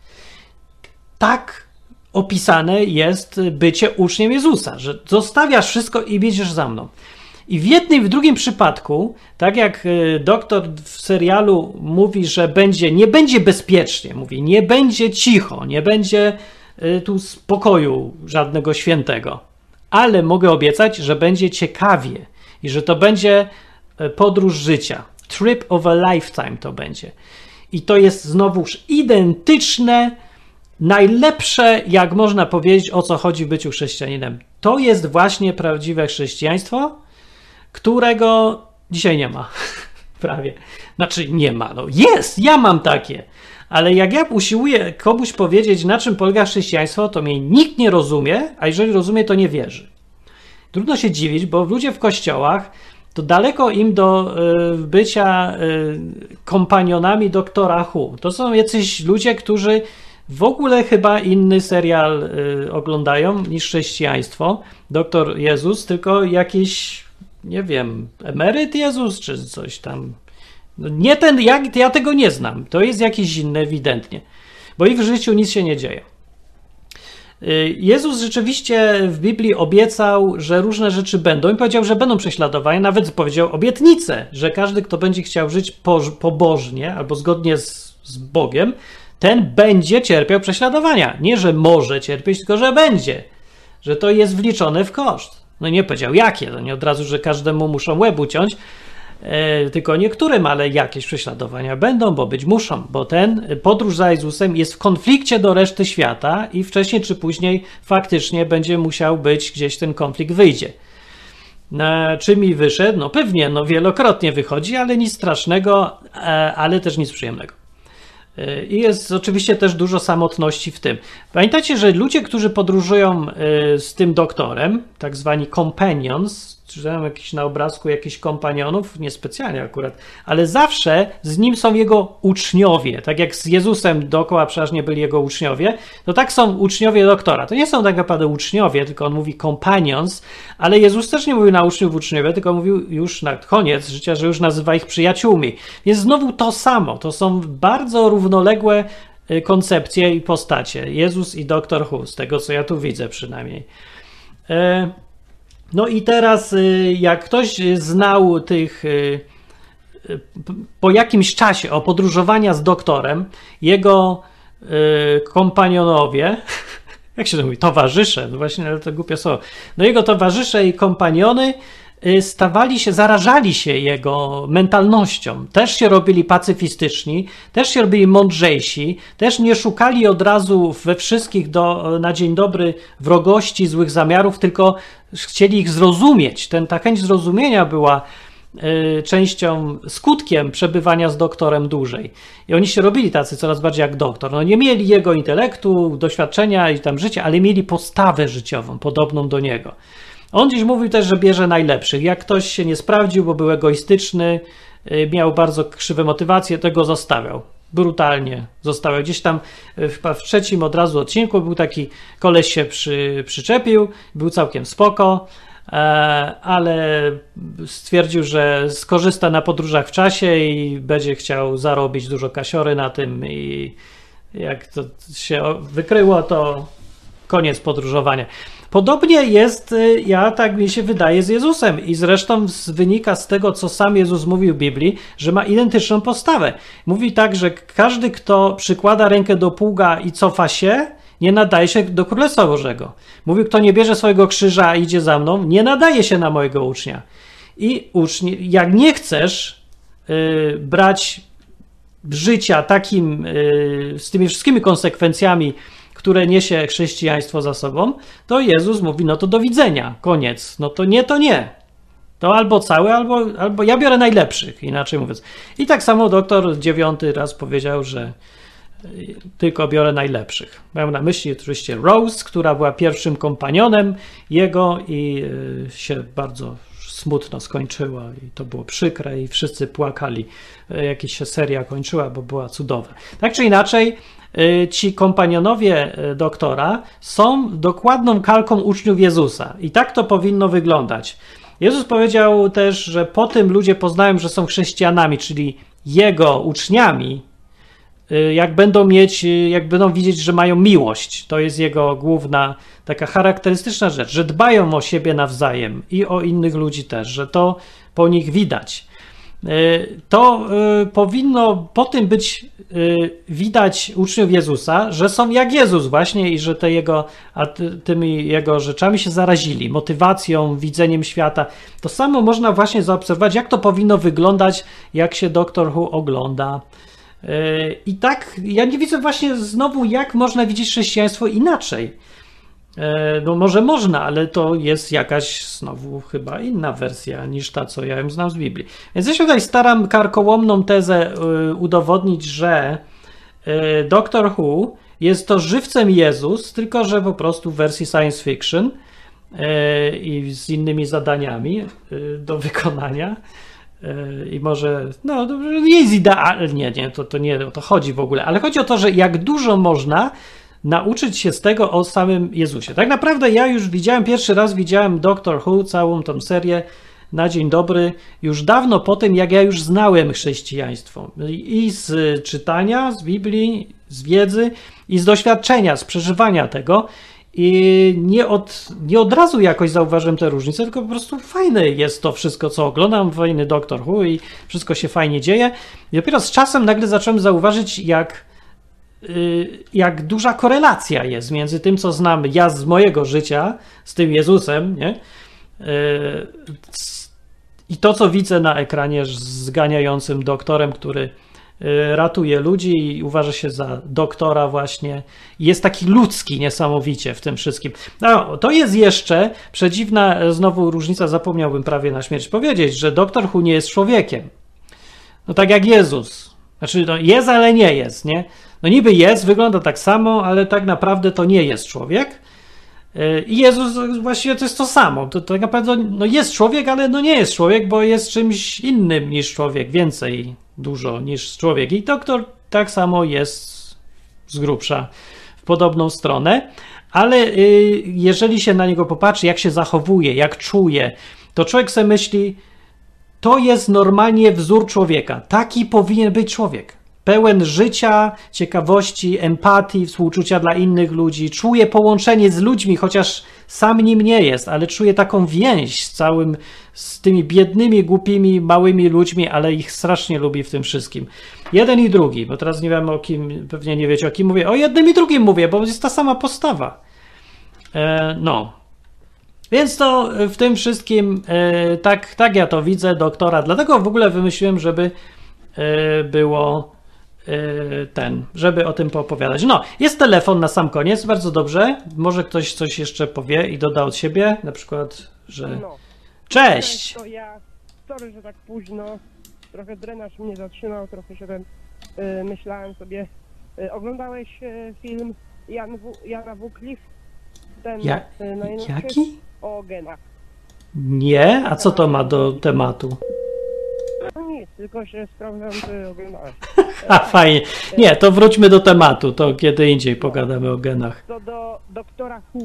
Speaker 1: Tak opisane jest bycie uczniem Jezusa, że zostawiasz wszystko i bierzesz za mną. I w jednym i w drugim przypadku, tak jak doktor w serialu mówi, że będzie, nie będzie bezpiecznie, mówi, nie będzie cicho, nie będzie tu spokoju żadnego świętego, ale mogę obiecać, że będzie ciekawie i że to będzie podróż życia. Trip of a lifetime to będzie. I to jest znowuż identyczne, najlepsze, jak można powiedzieć, o co chodzi w byciu chrześcijaninem. To jest właśnie prawdziwe chrześcijaństwo, którego dzisiaj nie ma. Prawie. Znaczy nie ma. No jest, ja mam takie. Ale jak ja usiłuję komuś powiedzieć, na czym polega chrześcijaństwo, to mnie nikt nie rozumie, a jeżeli rozumie, to nie wierzy. Trudno się dziwić, bo ludzie w kościołach to daleko im do y, bycia y, kompanionami doktora Who. To są jacyś ludzie, którzy w ogóle chyba inny serial y, oglądają niż chrześcijaństwo. Doktor Jezus, tylko jakiś, nie wiem, emeryt Jezus, czy coś tam. No nie ten, ja, ja tego nie znam. To jest jakiś inny ewidentnie. Bo ich w życiu nic się nie dzieje. Jezus rzeczywiście w Biblii obiecał, że różne rzeczy będą i powiedział, że będą prześladowania, nawet powiedział obietnicę, że każdy, kto będzie chciał żyć pobożnie albo zgodnie z, z Bogiem, ten będzie cierpiał prześladowania. Nie, że może cierpieć, tylko że będzie. Że to jest wliczone w koszt. No nie powiedział jakie, to nie od razu, że każdemu muszą łeb uciąć, e, tylko niektórym, ale jakieś prześladowania będą, bo być muszą, bo ten podróż za Jezusem jest w konflikcie do reszty świata i wcześniej czy później faktycznie będzie musiał być, gdzieś ten konflikt wyjdzie. Na czym i wyszedł? No pewnie, no wielokrotnie wychodzi, ale nic strasznego, e, ale też nic przyjemnego. I jest oczywiście też dużo samotności w tym. Pamiętajcie, że ludzie, którzy podróżują z tym doktorem, tak zwani companions, czytałem jakiś na obrazku jakichś kompanionów, niespecjalnie akurat, ale zawsze z nim są jego uczniowie. Tak jak z Jezusem dookoła przeważnie byli jego uczniowie, to tak są uczniowie doktora. To nie są tak naprawdę uczniowie, tylko on mówi companions, ale Jezus też nie mówił na uczniów uczniowie, tylko mówił już na koniec życia, że już nazywa ich przyjaciółmi. Więc znowu to samo. To są bardzo równoległe koncepcje i postacie. Jezus i doktor Who, z tego co ja tu widzę przynajmniej. No i teraz jak ktoś znał tych po jakimś czasie o podróżowania z doktorem, jego kompanionowie, jak się to mówi, towarzysze, no właśnie, ale to głupie słowo, no jego towarzysze i kompaniony stawali się, zarażali się jego mentalnością. Też się robili pacyfistyczni, też się robili mądrzejsi, też nie szukali od razu we wszystkich do, na dzień dobry wrogości, złych zamiarów, tylko chcieli ich zrozumieć. Ten, ta chęć zrozumienia była y, częścią, skutkiem przebywania z doktorem dłużej. I oni się robili tacy coraz bardziej jak doktor. No nie mieli jego intelektu, doświadczenia i tam życia, ale mieli postawę życiową podobną do niego. On dziś mówił też, że bierze najlepszych. Jak ktoś się nie sprawdził, bo był egoistyczny, miał bardzo krzywe motywacje, to go zostawiał. Brutalnie zostawiał. Gdzieś tam w, w trzecim od razu odcinku był taki koleś się przy, przyczepił, był całkiem spoko, ale stwierdził, że skorzysta na podróżach w czasie i będzie chciał zarobić dużo kasiory na tym i jak to się wykryło, to koniec podróżowania. Podobnie jest, ja tak mi się wydaje, z Jezusem i zresztą wynika z tego, co sam Jezus mówił w Biblii, że ma identyczną postawę. Mówi tak, że każdy, kto przykłada rękę do pługa i cofa się, nie nadaje się do Królestwa Bożego. Mówi, kto nie bierze swojego krzyża, a idzie za mną, nie nadaje się na mojego ucznia. I uczni, jak nie chcesz yy, brać życia takim, yy, z tymi wszystkimi konsekwencjami, które niesie chrześcijaństwo za sobą, to Jezus mówi, no to do widzenia, koniec. No to nie, to nie. To albo całe, albo, albo ja biorę najlepszych, inaczej mówiąc. I tak samo doktor dziewiąty raz powiedział, że tylko biorę najlepszych. Miałem na myśli oczywiście Rose, która była pierwszym kompanionem jego i się bardzo smutno skończyła i to było przykre i wszyscy płakali, jak się seria kończyła, bo była cudowna. Tak czy inaczej, ci kompanionowie doktora są dokładną kalką uczniów Jezusa i tak to powinno wyglądać. Jezus powiedział też, że po tym ludzie poznają, że są chrześcijanami, czyli jego uczniami, jak będą mieć, jak będą widzieć, że mają miłość. To jest jego główna taka charakterystyczna rzecz, że dbają o siebie nawzajem i o innych ludzi też, że to po nich widać. To powinno po tym być widać uczniów Jezusa, że są jak Jezus właśnie i że te jego, a tymi jego rzeczami się zarazili, motywacją, widzeniem świata. To samo można właśnie zaobserwować, jak to powinno wyglądać, jak się doktor Who ogląda. I tak ja nie widzę właśnie znowu, jak można widzieć chrześcijaństwo inaczej. No może można, ale to jest jakaś znowu chyba inna wersja niż ta, co ja ją znam z Biblii. Więc ja się tutaj staram karkołomną tezę udowodnić, że doktor Who jest to żywcem Jezus, tylko że po prostu w wersji science fiction i z innymi zadaniami do wykonania. I może, no, jest idealnie, nie, to, to nie o to chodzi w ogóle, ale chodzi o to, że jak dużo można nauczyć się z tego o samym Jezusie. Tak naprawdę ja już widziałem, pierwszy raz widziałem Doctor Who, całą tą serię na dzień dobry, już dawno po tym, jak ja już znałem chrześcijaństwo. I z czytania, z Biblii, z wiedzy i z doświadczenia, z przeżywania tego. I nie od, nie od razu jakoś zauważyłem te różnice, tylko po prostu fajne jest to wszystko, co oglądam, fajny Doctor Who i wszystko się fajnie dzieje. I dopiero z czasem nagle zacząłem zauważyć, jak, yy, jak duża korelacja jest między tym, co znam ja z mojego życia, z tym Jezusem, nie? Yy, i to, co widzę na ekranie z zganiającym doktorem, który ratuje ludzi i uważa się za doktora właśnie. Jest taki ludzki niesamowicie w tym wszystkim. No, to jest jeszcze przedziwna znowu różnica, zapomniałbym prawie na śmierć powiedzieć, że doktor Who nie jest człowiekiem. No tak jak Jezus. Znaczy no jest, ale nie jest, nie? No niby jest, wygląda tak samo, ale tak naprawdę to nie jest człowiek. I Jezus właściwie to jest to samo. To, to tak naprawdę no jest człowiek, ale no nie jest człowiek, bo jest czymś innym niż człowiek. Więcej, dużo niż człowiek. I doktor tak samo jest z grubsza w podobną stronę. Ale y, jeżeli się na niego popatrzy, jak się zachowuje, jak czuje, to człowiek sobie myśli, to jest normalnie wzór człowieka. Taki powinien być człowiek. Pełen życia, ciekawości, empatii, współczucia dla innych ludzi. Czuje połączenie z ludźmi, chociaż sam nim nie jest, ale czuje taką więź z całym, z tymi biednymi, głupimi, małymi ludźmi, ale ich strasznie lubi w tym wszystkim. Jeden i drugi, bo teraz nie wiem o kim, pewnie nie wiecie o kim mówię. O jednym i drugim mówię, bo jest ta sama postawa. E, no. Więc to w tym wszystkim, e, tak, tak ja to widzę, doktora. Dlatego w ogóle wymyśliłem, żeby e, było e, ten, żeby o tym poopowiadać. No, jest telefon na sam koniec, bardzo dobrze. Może ktoś coś jeszcze powie i doda od siebie, na przykład, że...
Speaker 12: No.
Speaker 1: Cześć!
Speaker 12: To ja, sorry, że tak późno, trochę drenaż mnie zatrzymał, trochę się ten, y, myślałem sobie, y, oglądałeś y, film Jan w, Jana Wycliffe? Ten
Speaker 1: Ja,
Speaker 12: y, najnowszy?
Speaker 1: jaki?
Speaker 12: O genach.
Speaker 1: Nie? A co to ma do tematu?
Speaker 12: No nic, tylko się sprawdzam, czy oglądałeś.
Speaker 1: A fajnie. Nie, to wróćmy do tematu, to kiedy indziej pogadamy o genach.
Speaker 12: To do doktora Who.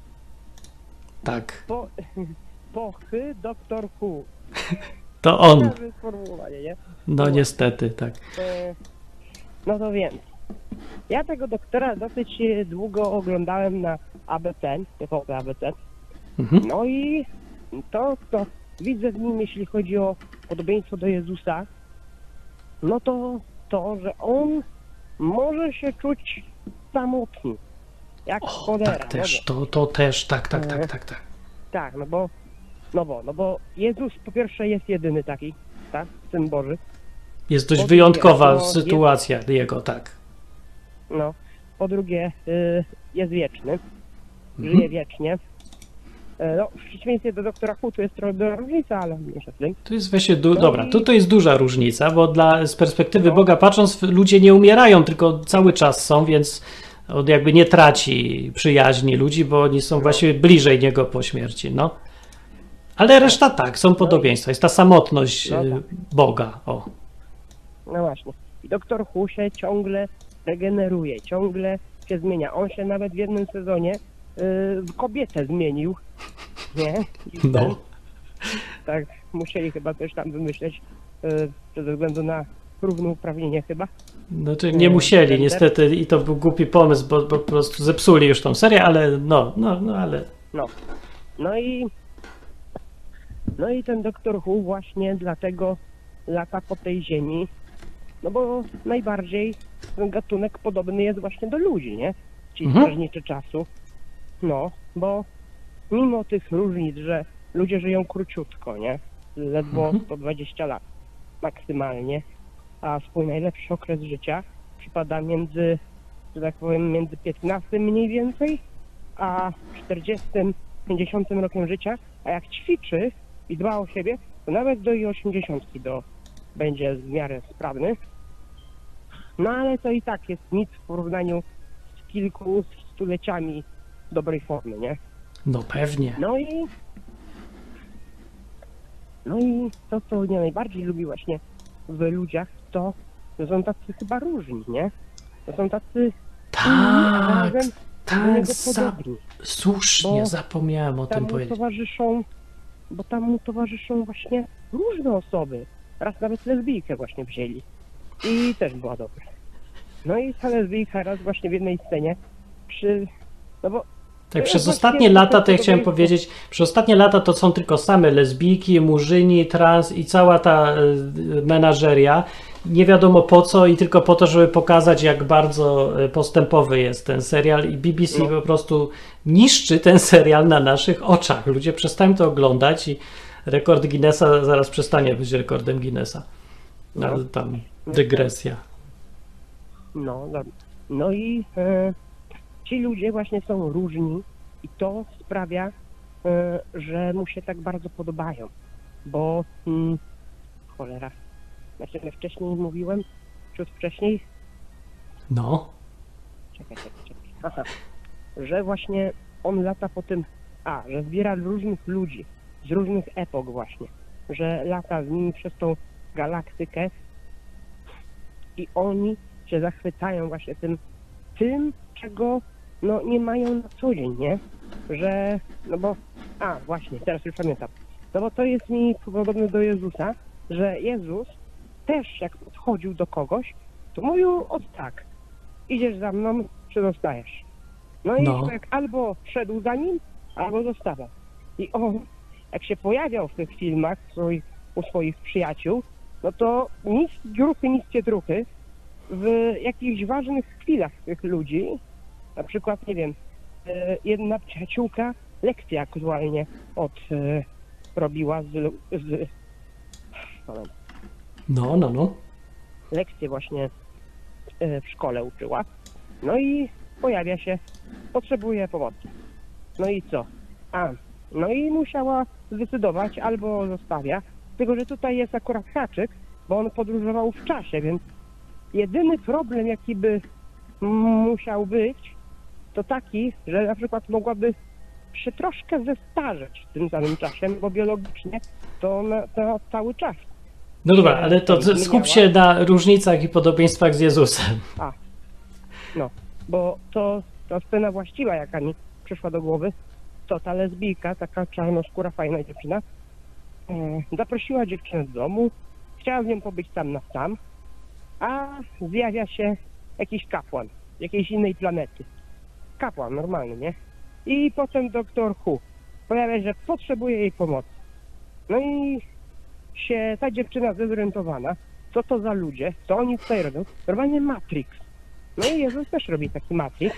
Speaker 1: Tak,
Speaker 12: Po, pochy doktor Who.
Speaker 1: to on.
Speaker 12: Ciekawe sformułowanie, nie?
Speaker 1: No niestety, tak.
Speaker 12: E, No to więc. Ja tego doktora dosyć e, długo oglądałem na A B C, T V P A B C.
Speaker 1: Mhm.
Speaker 12: No i to, co widzę w nim, jeśli chodzi o podobieństwo do Jezusa, no to to, że on może się czuć samotny. Jak
Speaker 1: O,
Speaker 12: cholera.
Speaker 1: tak też,
Speaker 12: no
Speaker 1: to, to też, tak, tak, tak, tak, tak.
Speaker 12: Tak, no bo, no bo, no bo Jezus po pierwsze jest jedyny taki, tak, Syn Boży.
Speaker 1: Jest dość
Speaker 12: Po
Speaker 1: wyjątkowa
Speaker 12: drugie, no,
Speaker 1: sytuacja jego, tak.
Speaker 12: No, po drugie y, jest wieczny,
Speaker 1: Mhm.
Speaker 12: żyje wiecznie. E, no, w przeciwieństwie do doktora Who tu jest trochę duża różnica, ale mniejsza z tym.
Speaker 1: To jest właśnie, du-
Speaker 12: No
Speaker 1: dobra,
Speaker 12: i-
Speaker 1: to, to jest duża różnica, bo dla, z perspektywy
Speaker 12: No.
Speaker 1: Boga patrząc, ludzie nie umierają, tylko cały czas są, więc on jakby nie traci przyjaźni ludzi, bo oni są właściwie bliżej niego po śmierci, no. Ale reszta tak, są podobieństwa, jest ta samotność
Speaker 12: No
Speaker 1: y,
Speaker 12: tak.
Speaker 1: Boga, o.
Speaker 12: No właśnie. I doktor Who się ciągle regeneruje, ciągle się zmienia. On się nawet w jednym sezonie y, w kobietę zmienił, nie? I ten,
Speaker 1: No.
Speaker 12: tak, musieli chyba coś tam wymyśleć y, ze względu na równouprawnienie chyba.
Speaker 1: Znaczy nie musieli,
Speaker 12: Ten-
Speaker 1: niestety, i to był głupi pomysł, bo, bo po prostu zepsuli już tą serię, ale no, no, no, ale...
Speaker 12: No. No i no i ten doktor Who właśnie dlatego lata po tej ziemi, no bo najbardziej ten gatunek podobny jest właśnie do ludzi, nie? Ci
Speaker 1: Mhm.
Speaker 12: strażniczy czasu. No, bo mimo tych różnic, że ludzie żyją króciutko, nie? Ledwo
Speaker 1: Mhm.
Speaker 12: sto dwadzieścia lat maksymalnie, a swój najlepszy okres życia przypada między, że tak powiem, między piętnastym mniej więcej, a czterdziestym, pięćdziesiątym rokiem życia, a jak ćwiczy i dba o siebie, to nawet do i osiemdziesiątki do będzie w miarę sprawny. No ale to i tak jest nic w porównaniu z kilku stuleciami dobrej formy, nie?
Speaker 1: No pewnie.
Speaker 12: No i no i to, co mnie najbardziej lubi właśnie w ludziach, to, to są tacy chyba różni, nie? To są tacy
Speaker 1: Tak,
Speaker 12: razem do
Speaker 1: tak,
Speaker 12: niego
Speaker 1: za...
Speaker 12: podobni.
Speaker 1: słusznie,
Speaker 12: Bo
Speaker 1: zapomniałem o
Speaker 12: Tam
Speaker 1: tym
Speaker 12: mu
Speaker 1: powiedzieć.
Speaker 12: towarzyszą, bo tam mu towarzyszą właśnie różne osoby. Raz nawet lesbijkę właśnie wzięli. I też była dobra. No i ta lesbijka raz właśnie w jednej scenie przy... No bo...
Speaker 1: Tak,
Speaker 12: to
Speaker 1: przez
Speaker 12: jest
Speaker 1: ostatnie
Speaker 12: właśnie
Speaker 1: lata, to ja
Speaker 12: podobieństwo.
Speaker 1: chciałem powiedzieć, przez ostatnie lata to są tylko same lesbijki, murzyni, trans i cała ta e, menażeria. Nie wiadomo po co i tylko po to, żeby pokazać, jak bardzo e, postępowy jest ten serial i B B C
Speaker 12: No.
Speaker 1: po prostu niszczy ten serial na naszych oczach. Ludzie przestają to oglądać i rekord Guinnessa zaraz przestanie być rekordem Guinnessa.
Speaker 12: No.
Speaker 1: Ale tam dygresja.
Speaker 12: No, dobra. No i e, ci ludzie właśnie są różni i to sprawia, e, że mu się tak bardzo podobają. Bo... Mm, cholera. Znaczy, ja wcześniej mówiłem, ciut wcześniej,
Speaker 1: No.
Speaker 12: czekaj, czekaj, czekaj. Aha. Że właśnie on lata po tym, a, że zbiera różnych ludzi z różnych epok właśnie, że lata z nimi przez tą galaktykę i oni się zachwycają właśnie tym, tym, czego no nie mają na co dzień, nie? Że, no bo, a właśnie, teraz już pamiętam, no bo to jest mi podobne do Jezusa, że Jezus też jak podchodził do kogoś, to mówił od tak, idziesz za mną, czy zostajesz. No i
Speaker 1: No.
Speaker 12: człowiek albo szedł za nim, albo zostawał. I on, jak się pojawiał w tych filmach swoich, u swoich przyjaciół, no to nic gruchy, nic cietruchy, w jakichś ważnych chwilach tych ludzi, na przykład, nie wiem, e, jedna przyjaciółka lekcję aktualnie od e, robiła z, z
Speaker 1: No, no, no.
Speaker 12: lekcję właśnie e, w szkole uczyła. No i pojawia się, potrzebuje pomocy. No i co? A, no i musiała zdecydować, albo zostawia, tylko że tutaj jest akurat haczyk, bo on podróżował w czasie, więc jedyny problem, jaki by musiał być, to taki, że na przykład mogłaby się troszkę zestarzeć w tym samym czasie, bo biologicznie to ona to cały czas.
Speaker 1: No dobra, ale to skup się na różnicach i podobieństwach z Jezusem.
Speaker 12: A, no, bo to ta scena właściwa, jaka mi przyszła do głowy, to ta lesbijka, taka czarnoskóra, fajna dziewczyna, e, zaprosiła dziewczynę do domu, chciała z nią pobyć tam na sam, a zjawia się jakiś kapłan z jakiejś innej planety. Kapłan, normalny, nie? I potem doktor Hu pojawia się, że potrzebuje jej pomocy. No i się ta dziewczyna zdezorientowana, co to za ludzie, co oni tutaj robią, normalnie Matrix. No i Jezus też robi taki Matrix.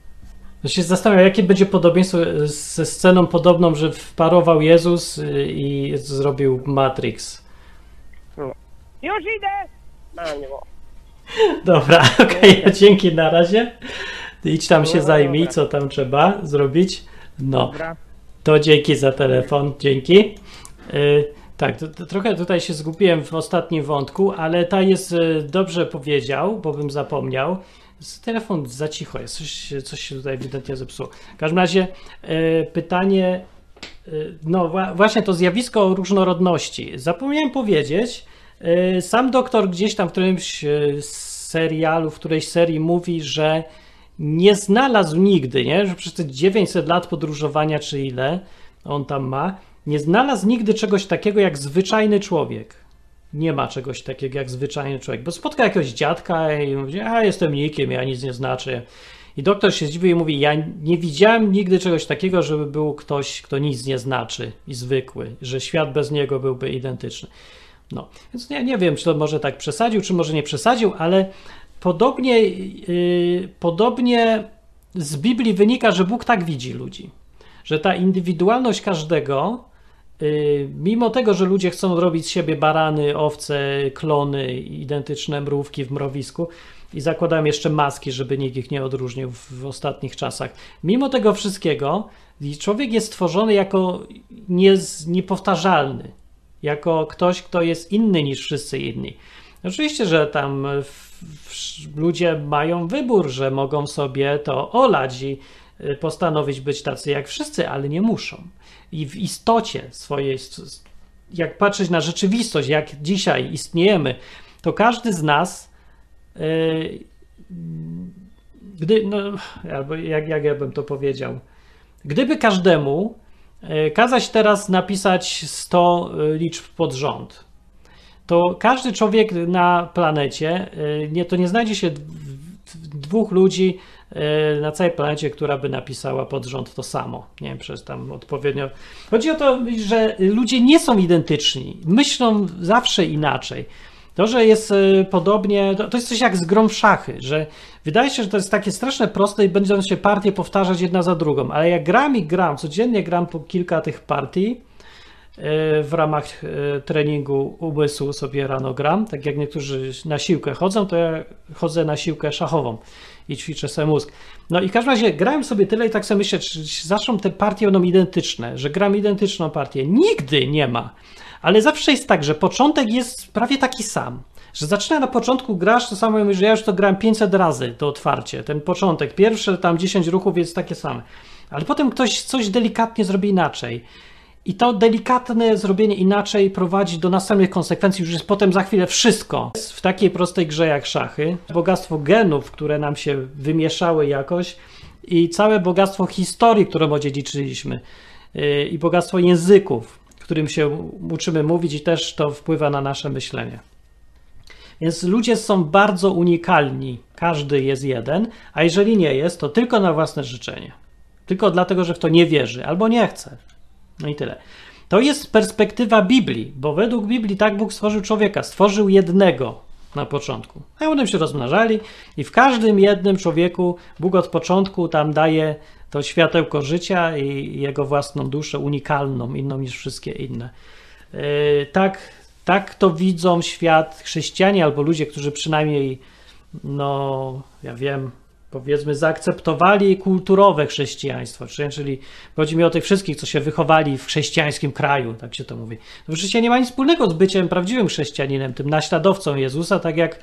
Speaker 1: To się zastanawiam, jakie będzie podobieństwo ze sceną podobną, że wparował Jezus i zrobił Matrix.
Speaker 12: No. Już idę! No nie było.
Speaker 1: Dobra, okej, okay, dzięki, na razie. Idź tam się
Speaker 12: No,
Speaker 1: zajmij,
Speaker 12: dobra.
Speaker 1: co tam trzeba zrobić. No,
Speaker 12: Dobra.
Speaker 1: to dzięki za telefon, dzięki. Y, tak, to, to trochę tutaj się zgubiłem w ostatnim wątku, ale ta jest, y, dobrze powiedział, bo bym zapomniał. Telefon za cicho jest, coś, coś się tutaj ewidentnie zepsuło. W każdym razie y, pytanie, y, no wa- właśnie to zjawisko różnorodności. Zapomniałem powiedzieć, y, sam doktor gdzieś tam w którymś y, serialu, w którejś serii mówi, że nie znalazł nigdy, nie? Że przez te dziewięćset lat podróżowania, czy ile on tam ma, nie znalazł nigdy czegoś takiego jak zwyczajny człowiek. Nie ma czegoś takiego jak zwyczajny człowiek, bo spotka jakiegoś dziadka i mówi, a jestem nikim, ja nic nie znaczę. I doktor się zdziwił i mówi, ja nie widziałem nigdy czegoś takiego, żeby był ktoś, kto nic nie znaczy i zwykły, że świat bez niego byłby identyczny. No, więc ja nie wiem, czy to może tak przesadził, czy może nie przesadził, ale podobnie, yy, podobnie z Biblii wynika, że Bóg tak widzi ludzi, że ta indywidualność każdego, yy, mimo tego, że ludzie chcą robić z siebie barany, owce, klony, identyczne mrówki w mrowisku i zakładają jeszcze maski, żeby nikt ich nie odróżnił w, w ostatnich czasach. Mimo tego wszystkiego człowiek jest stworzony jako niez, niepowtarzalny, jako ktoś, kto jest inny niż wszyscy inni. Oczywiście, że tam w, w, ludzie mają wybór, że mogą sobie to olać i postanowić być tacy jak wszyscy, ale nie muszą. I w istocie swojej, jak patrzeć na rzeczywistość, jak dzisiaj istniejemy, to każdy z nas, yy, gdy, no, albo jak, jak ja bym to powiedział, gdyby każdemu yy, kazać teraz napisać sto liczb pod rząd, to każdy człowiek na planecie, nie, to nie znajdzie się dwóch ludzi na całej planecie, która by napisała pod rząd to samo. Nie wiem, przez tam odpowiednio. Chodzi o to, że ludzie nie są identyczni, myślą zawsze inaczej. To, że jest podobnie, to, to jest coś jak z grą w szachy, że wydaje się, że to jest takie straszne proste i będą się partie powtarzać jedna za drugą, ale jak gram i gram, codziennie gram po kilka tych partii, w ramach treningu umysłu sobie rano gram, tak jak niektórzy na siłkę chodzą, to ja chodzę na siłkę szachową i ćwiczę sobie mózg. No i w każdym razie grałem sobie tyle i tak sobie myślę, czy zawsze te partie będą identyczne, że gram identyczną partię. Nigdy nie ma, ale zawsze jest tak, że początek jest prawie taki sam, że zaczyna na początku grasz to samo, mówisz, że ja już to grałem pięćset razy, to otwarcie, ten początek, pierwsze tam dziesięć ruchów jest takie same. Ale potem ktoś coś delikatnie zrobi inaczej. I to delikatne zrobienie inaczej prowadzi do następnych konsekwencji, już jest potem za chwilę wszystko. W takiej prostej grze jak szachy, bogactwo genów, które nam się wymieszały jakoś i całe bogactwo historii, którą odziedziczyliśmy i bogactwo języków, którym się uczymy mówić i też to wpływa na nasze myślenie. Więc ludzie są bardzo unikalni, każdy jest jeden, a jeżeli nie jest, to tylko na własne życzenie. Tylko dlatego, że w to nie wierzy albo nie chce. No i tyle. To jest perspektywa Biblii, bo według Biblii tak Bóg stworzył człowieka. Stworzył jednego na początku. A potem się rozmnażali i w każdym jednym człowieku Bóg od początku tam daje to światełko życia i jego własną duszę unikalną, inną niż wszystkie inne. Yy, tak, tak to widzą świat chrześcijanie albo ludzie, którzy przynajmniej, no ja wiem, powiedzmy, zaakceptowali kulturowe chrześcijaństwo, czyli chodzi mi o tych wszystkich, co się wychowali w chrześcijańskim kraju, tak się to mówi. To oczywiście nie ma nic wspólnego z byciem prawdziwym chrześcijaninem, tym naśladowcą Jezusa, tak jak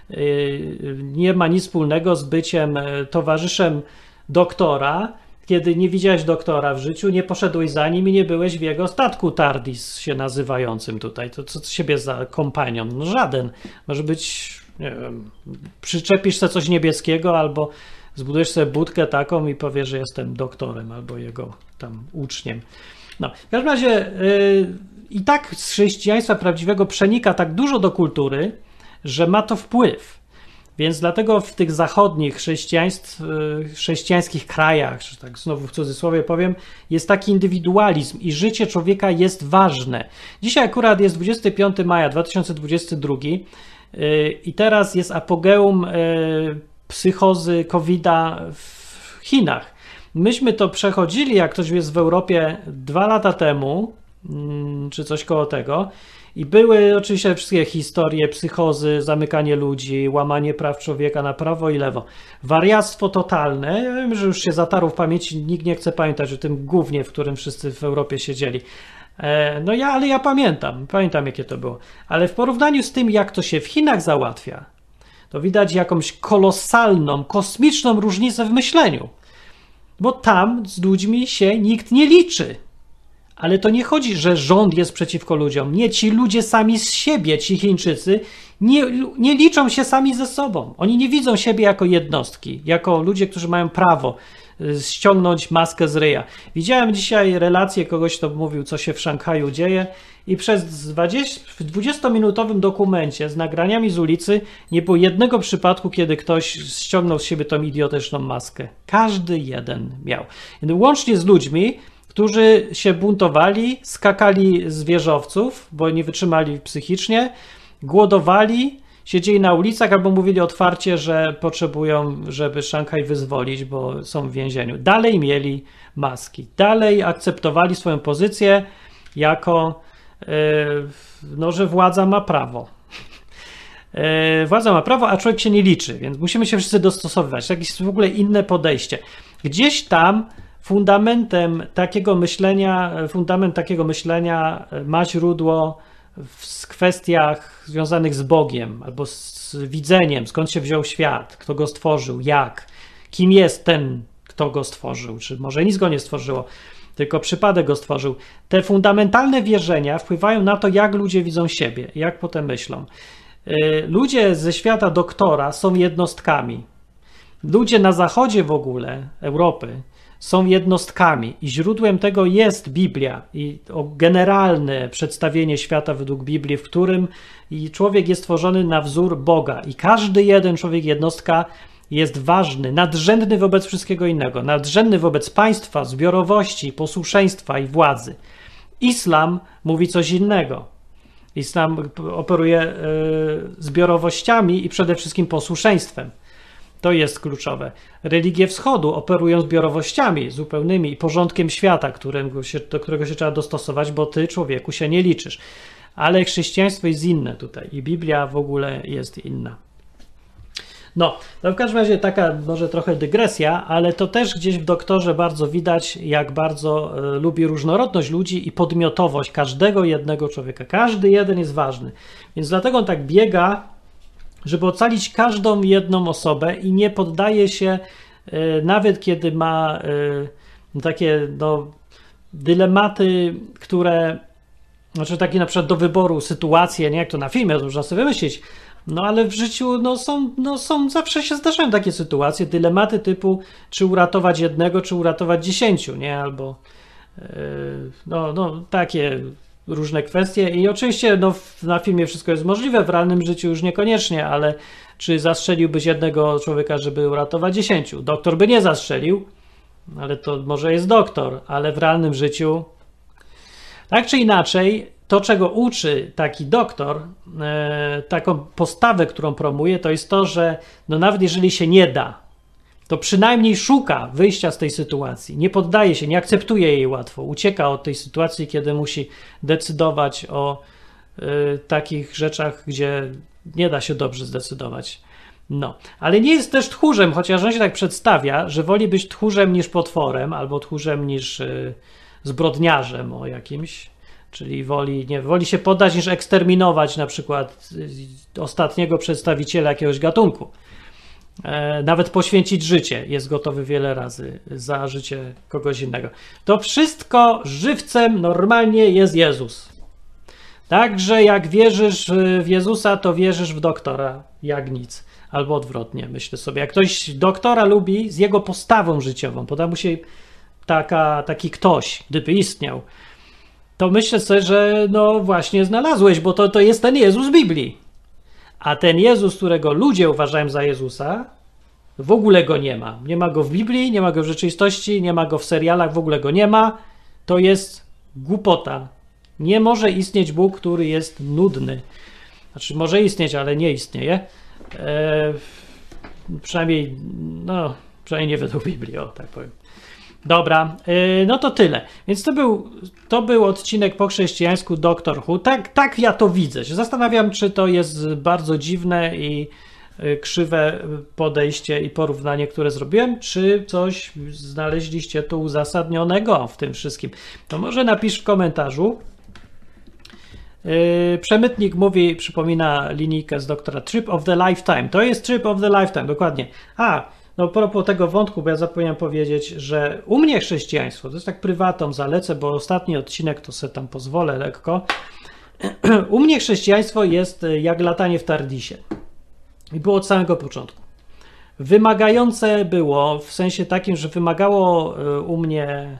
Speaker 1: yy, nie ma nic wspólnego z byciem towarzyszem doktora, kiedy nie widziałeś doktora w życiu, nie poszedłeś za nim i nie byłeś w jego statku TARDIS się nazywającym tutaj. To co z siebie za kompanion? No żaden. Może być, nie wiem, przyczepisz sobie coś niebieskiego albo zbudujesz sobie budkę taką i powiesz, że jestem doktorem albo jego tam uczniem. No, w każdym razie yy, i tak z chrześcijaństwa prawdziwego przenika tak dużo do kultury, że ma to wpływ. Więc dlatego w tych zachodnich chrześcijaństw, chrześcijańskich krajach, czy tak znowu w cudzysłowie powiem, jest taki indywidualizm i życie człowieka jest ważne. Dzisiaj akurat jest dwudziestego piątego maja dwa tysiące dwudziestego drugiego i teraz jest apogeum psychozy kowida w Chinach. Myśmy to przechodzili, jak ktoś jest w Europie, dwa lata temu, czy coś koło tego. I były oczywiście wszystkie historie psychozy, zamykanie ludzi, łamanie praw człowieka na prawo i lewo. Wariactwo totalne. Ja wiem, że już się zatarło w pamięci, nikt nie chce pamiętać o tym gównie, w którym wszyscy w Europie siedzieli. No ja, ale ja pamiętam, pamiętam jakie to było. Ale w porównaniu z tym, jak to się w Chinach załatwia, to widać jakąś kolosalną, kosmiczną różnicę w myśleniu. Bo tam z ludźmi się nikt nie liczy. Ale to nie chodzi, że rząd jest przeciwko ludziom. Nie, ci ludzie sami z siebie, ci Chińczycy, nie, nie liczą się sami ze sobą. Oni nie widzą siebie jako jednostki, jako ludzie, którzy mają prawo ściągnąć maskę z ryja. Widziałem dzisiaj relację kogoś, kto mówił, co się w Szanghaju dzieje i przez dwudziestominutowym dokumencie z nagraniami z ulicy nie było jednego przypadku, kiedy ktoś ściągnął z siebie tą idiotyczną maskę. Każdy jeden miał. Łącznie z ludźmi, którzy się buntowali, skakali z wieżowców, bo nie wytrzymali psychicznie, głodowali, siedzieli na ulicach albo mówili otwarcie, że potrzebują, żeby Szanghaj wyzwolić, bo są w więzieniu. Dalej mieli maski, dalej akceptowali swoją pozycję jako, no, że władza ma prawo. Władza ma prawo, a człowiek się nie liczy, więc musimy się wszyscy dostosowywać. Tak jest w ogóle inne podejście. Gdzieś tam Fundamentem takiego myślenia, fundament takiego myślenia ma źródło w kwestiach związanych z Bogiem albo z widzeniem, skąd się wziął świat, kto go stworzył, jak, kim jest ten, kto go stworzył, czy może nic go nie stworzyło, tylko przypadek go stworzył. Te fundamentalne wierzenia wpływają na to, jak ludzie widzą siebie, jak potem myślą. Ludzie ze świata doktora są jednostkami. Ludzie na zachodzie w ogóle, Europy, są jednostkami i źródłem tego jest Biblia i generalne przedstawienie świata według Biblii, w którym człowiek jest stworzony na wzór Boga i każdy jeden człowiek, jednostka jest ważny, nadrzędny wobec wszystkiego innego, nadrzędny wobec państwa, zbiorowości, posłuszeństwa i władzy. Islam mówi coś innego. Islam operuje y, zbiorowościami i przede wszystkim posłuszeństwem. To jest kluczowe. Religie wschodu operują zbiorowościami zupełnymi i porządkiem świata, którego się, do którego się trzeba dostosować, bo ty, człowieku, się nie liczysz. Ale chrześcijaństwo jest inne tutaj i Biblia w ogóle jest inna. No, to w każdym razie taka może trochę dygresja, ale to też gdzieś w doktorze bardzo widać, jak bardzo y, lubi różnorodność ludzi i podmiotowość każdego jednego człowieka. Każdy jeden jest ważny. Więc dlatego on tak biega, żeby ocalić każdą jedną osobę i nie poddaje się, y, nawet kiedy ma y, takie no, dylematy, które, znaczy takie na przykład do wyboru sytuacje, nie jak to na filmie, to można sobie wymyślić, no ale w życiu no, są, no, są, zawsze się zdarzają takie sytuacje, dylematy typu, czy uratować jednego, czy uratować dziesięciu, nie, albo yy, no, no takie różne kwestie i oczywiście no, na filmie wszystko jest możliwe, w realnym życiu już niekoniecznie, ale czy zastrzeliłbyś jednego człowieka, żeby uratować dziesięciu? Doktor by nie zastrzelił, ale to może jest doktor, ale w realnym życiu tak czy inaczej to, czego uczy taki doktor, e, taką postawę, którą promuje, to jest to, że no nawet jeżeli się nie da, to przynajmniej szuka wyjścia z tej sytuacji, nie poddaje się, nie akceptuje jej łatwo, ucieka od tej sytuacji, kiedy musi decydować o y, takich rzeczach, gdzie nie da się dobrze zdecydować. No, ale nie jest też tchórzem, chociaż on się tak przedstawia, że woli być tchórzem niż potworem, albo tchórzem niż y, zbrodniarzem o jakimś, czyli woli, nie, woli się poddać niż eksterminować na przykład y, ostatniego przedstawiciela jakiegoś gatunku. Nawet poświęcić życie, jest gotowy wiele razy za życie kogoś innego. To wszystko żywcem normalnie jest Jezus. Także jak wierzysz w Jezusa, to wierzysz w doktora, jak nic. Albo odwrotnie, myślę sobie. Jak ktoś doktora lubi z jego postawą życiową, poda mu się taka, taki ktoś, gdyby istniał, to myślę sobie, że no właśnie znalazłeś, bo to, to jest ten Jezus z Biblii. A ten Jezus, którego ludzie uważają za Jezusa, w ogóle go nie ma. Nie ma go w Biblii, nie ma go w rzeczywistości, nie ma go w serialach, w ogóle go nie ma. To jest głupota. Nie może istnieć Bóg, który jest nudny. Znaczy może istnieć, ale nie istnieje. Eee, przynajmniej, no, przynajmniej nie według Biblii, o tak powiem. Dobra, yy, no to tyle. Więc to był, to był odcinek po chrześcijańsku Doctor Who. Tak, tak ja to widzę. Się zastanawiam, czy to jest bardzo dziwne i yy, krzywe podejście i porównanie, które zrobiłem, czy coś znaleźliście tu uzasadnionego w tym wszystkim. To może napisz w komentarzu. Yy, Przemytnik mówi, przypomina linijkę z doktora Trip of the Lifetime. To jest Trip of the Lifetime, dokładnie. A, no propos tego wątku, bo ja zapomniałem powiedzieć, że u mnie chrześcijaństwo, to jest tak prywatą zalecę, bo ostatni odcinek to sobie tam pozwolę lekko. U mnie chrześcijaństwo jest jak latanie w Tardisie. I było od samego początku. Wymagające było, w sensie takim, że wymagało u mnie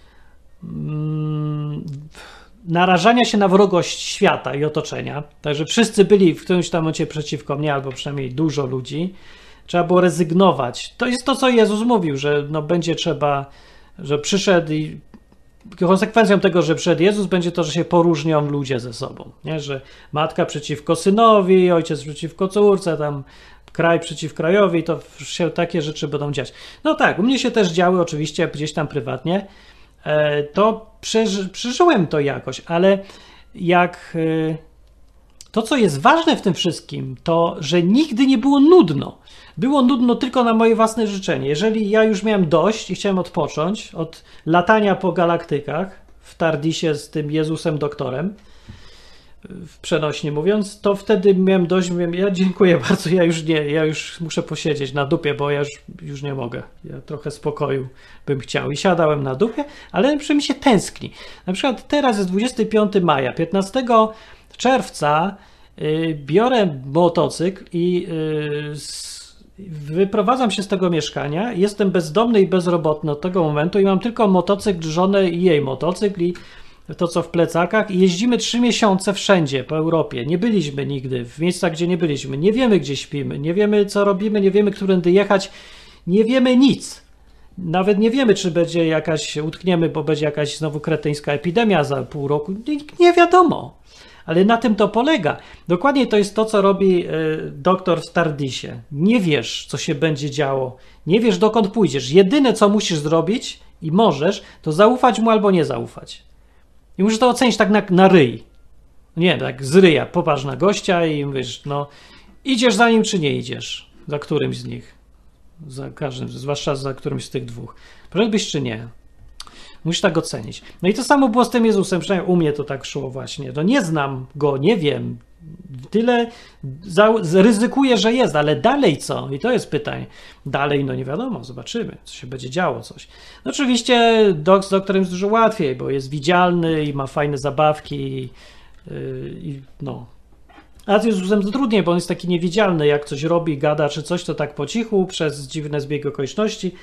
Speaker 1: mm, narażania się na wrogość świata i otoczenia. Także wszyscy byli w którymś tam momencie przeciwko mnie, albo przynajmniej dużo ludzi. Trzeba było rezygnować. To jest to, co Jezus mówił, że no będzie trzeba, że przyszedł i konsekwencją tego, że przyszedł Jezus, będzie to, że się poróżnią ludzie ze sobą. Nie? Że matka przeciwko synowi, ojciec przeciwko córce, tam kraj przeciw krajowi, to się takie rzeczy będą dziać. No tak, u mnie się też działy oczywiście gdzieś tam prywatnie. To przeży, przeżyłem to jakoś, ale jak to, co jest ważne w tym wszystkim, to, że nigdy nie było nudno. Było nudno tylko na moje własne życzenie. Jeżeli ja już miałem dość i chciałem odpocząć od latania po galaktykach w Tardisie z tym Jezusem doktorem, w przenośnie mówiąc, to wtedy miałem dość, mówiłem, ja dziękuję bardzo, ja już nie, ja już muszę posiedzieć na dupie, bo ja już, już nie mogę. Ja trochę spokoju bym chciał i siadałem na dupie, ale przy mi się tęskni. Na przykład teraz jest dwudziestego piątego maja, piętnastego czerwca yy, biorę motocykl i yy, wyprowadzam się z tego mieszkania, jestem bezdomny i bezrobotny od tego momentu i mam tylko motocykl, żonę i jej motocykl i to, co w plecakach i jeździmy trzy miesiące wszędzie po Europie. Nie byliśmy nigdy w miejscach, gdzie nie byliśmy. Nie wiemy, gdzie śpimy, nie wiemy, co robimy, nie wiemy, którędy jechać, nie wiemy nic. Nawet nie wiemy, czy będzie jakaś, utkniemy, bo będzie jakaś znowu kretyńska epidemia za pół roku. Nie, nie wiadomo. Ale na tym to polega. Dokładnie to jest to, co robi y, doktor w Tardisie. Nie wiesz, co się będzie działo. Nie wiesz, dokąd pójdziesz. Jedyne, co musisz zrobić i możesz, to zaufać mu albo nie zaufać. I musisz to ocenić tak na, na ryj. Nie, tak z ryja. Popatrz na gościa i mówisz, no idziesz za nim, czy nie idziesz? Za którymś z nich. Za każdym, zwłaszcza za którymś z tych dwóch. Poszedłbyś, czy nie? Musisz tak ocenić. No i to samo było z tym Jezusem, przynajmniej u mnie to tak szło właśnie. No nie znam go, nie wiem, Tyle za, ryzykuje, że jest, ale dalej co? I to jest pytanie. Dalej, no nie wiadomo, zobaczymy, co się będzie działo, coś. No oczywiście dok, z doktorem jest dużo łatwiej, bo jest widzialny i ma fajne zabawki i, yy, i no. A z Jezusem to trudniej, bo on jest taki niewidzialny, jak coś robi, gada czy coś, to tak po cichu, przez dziwne zbiegi okoliczności.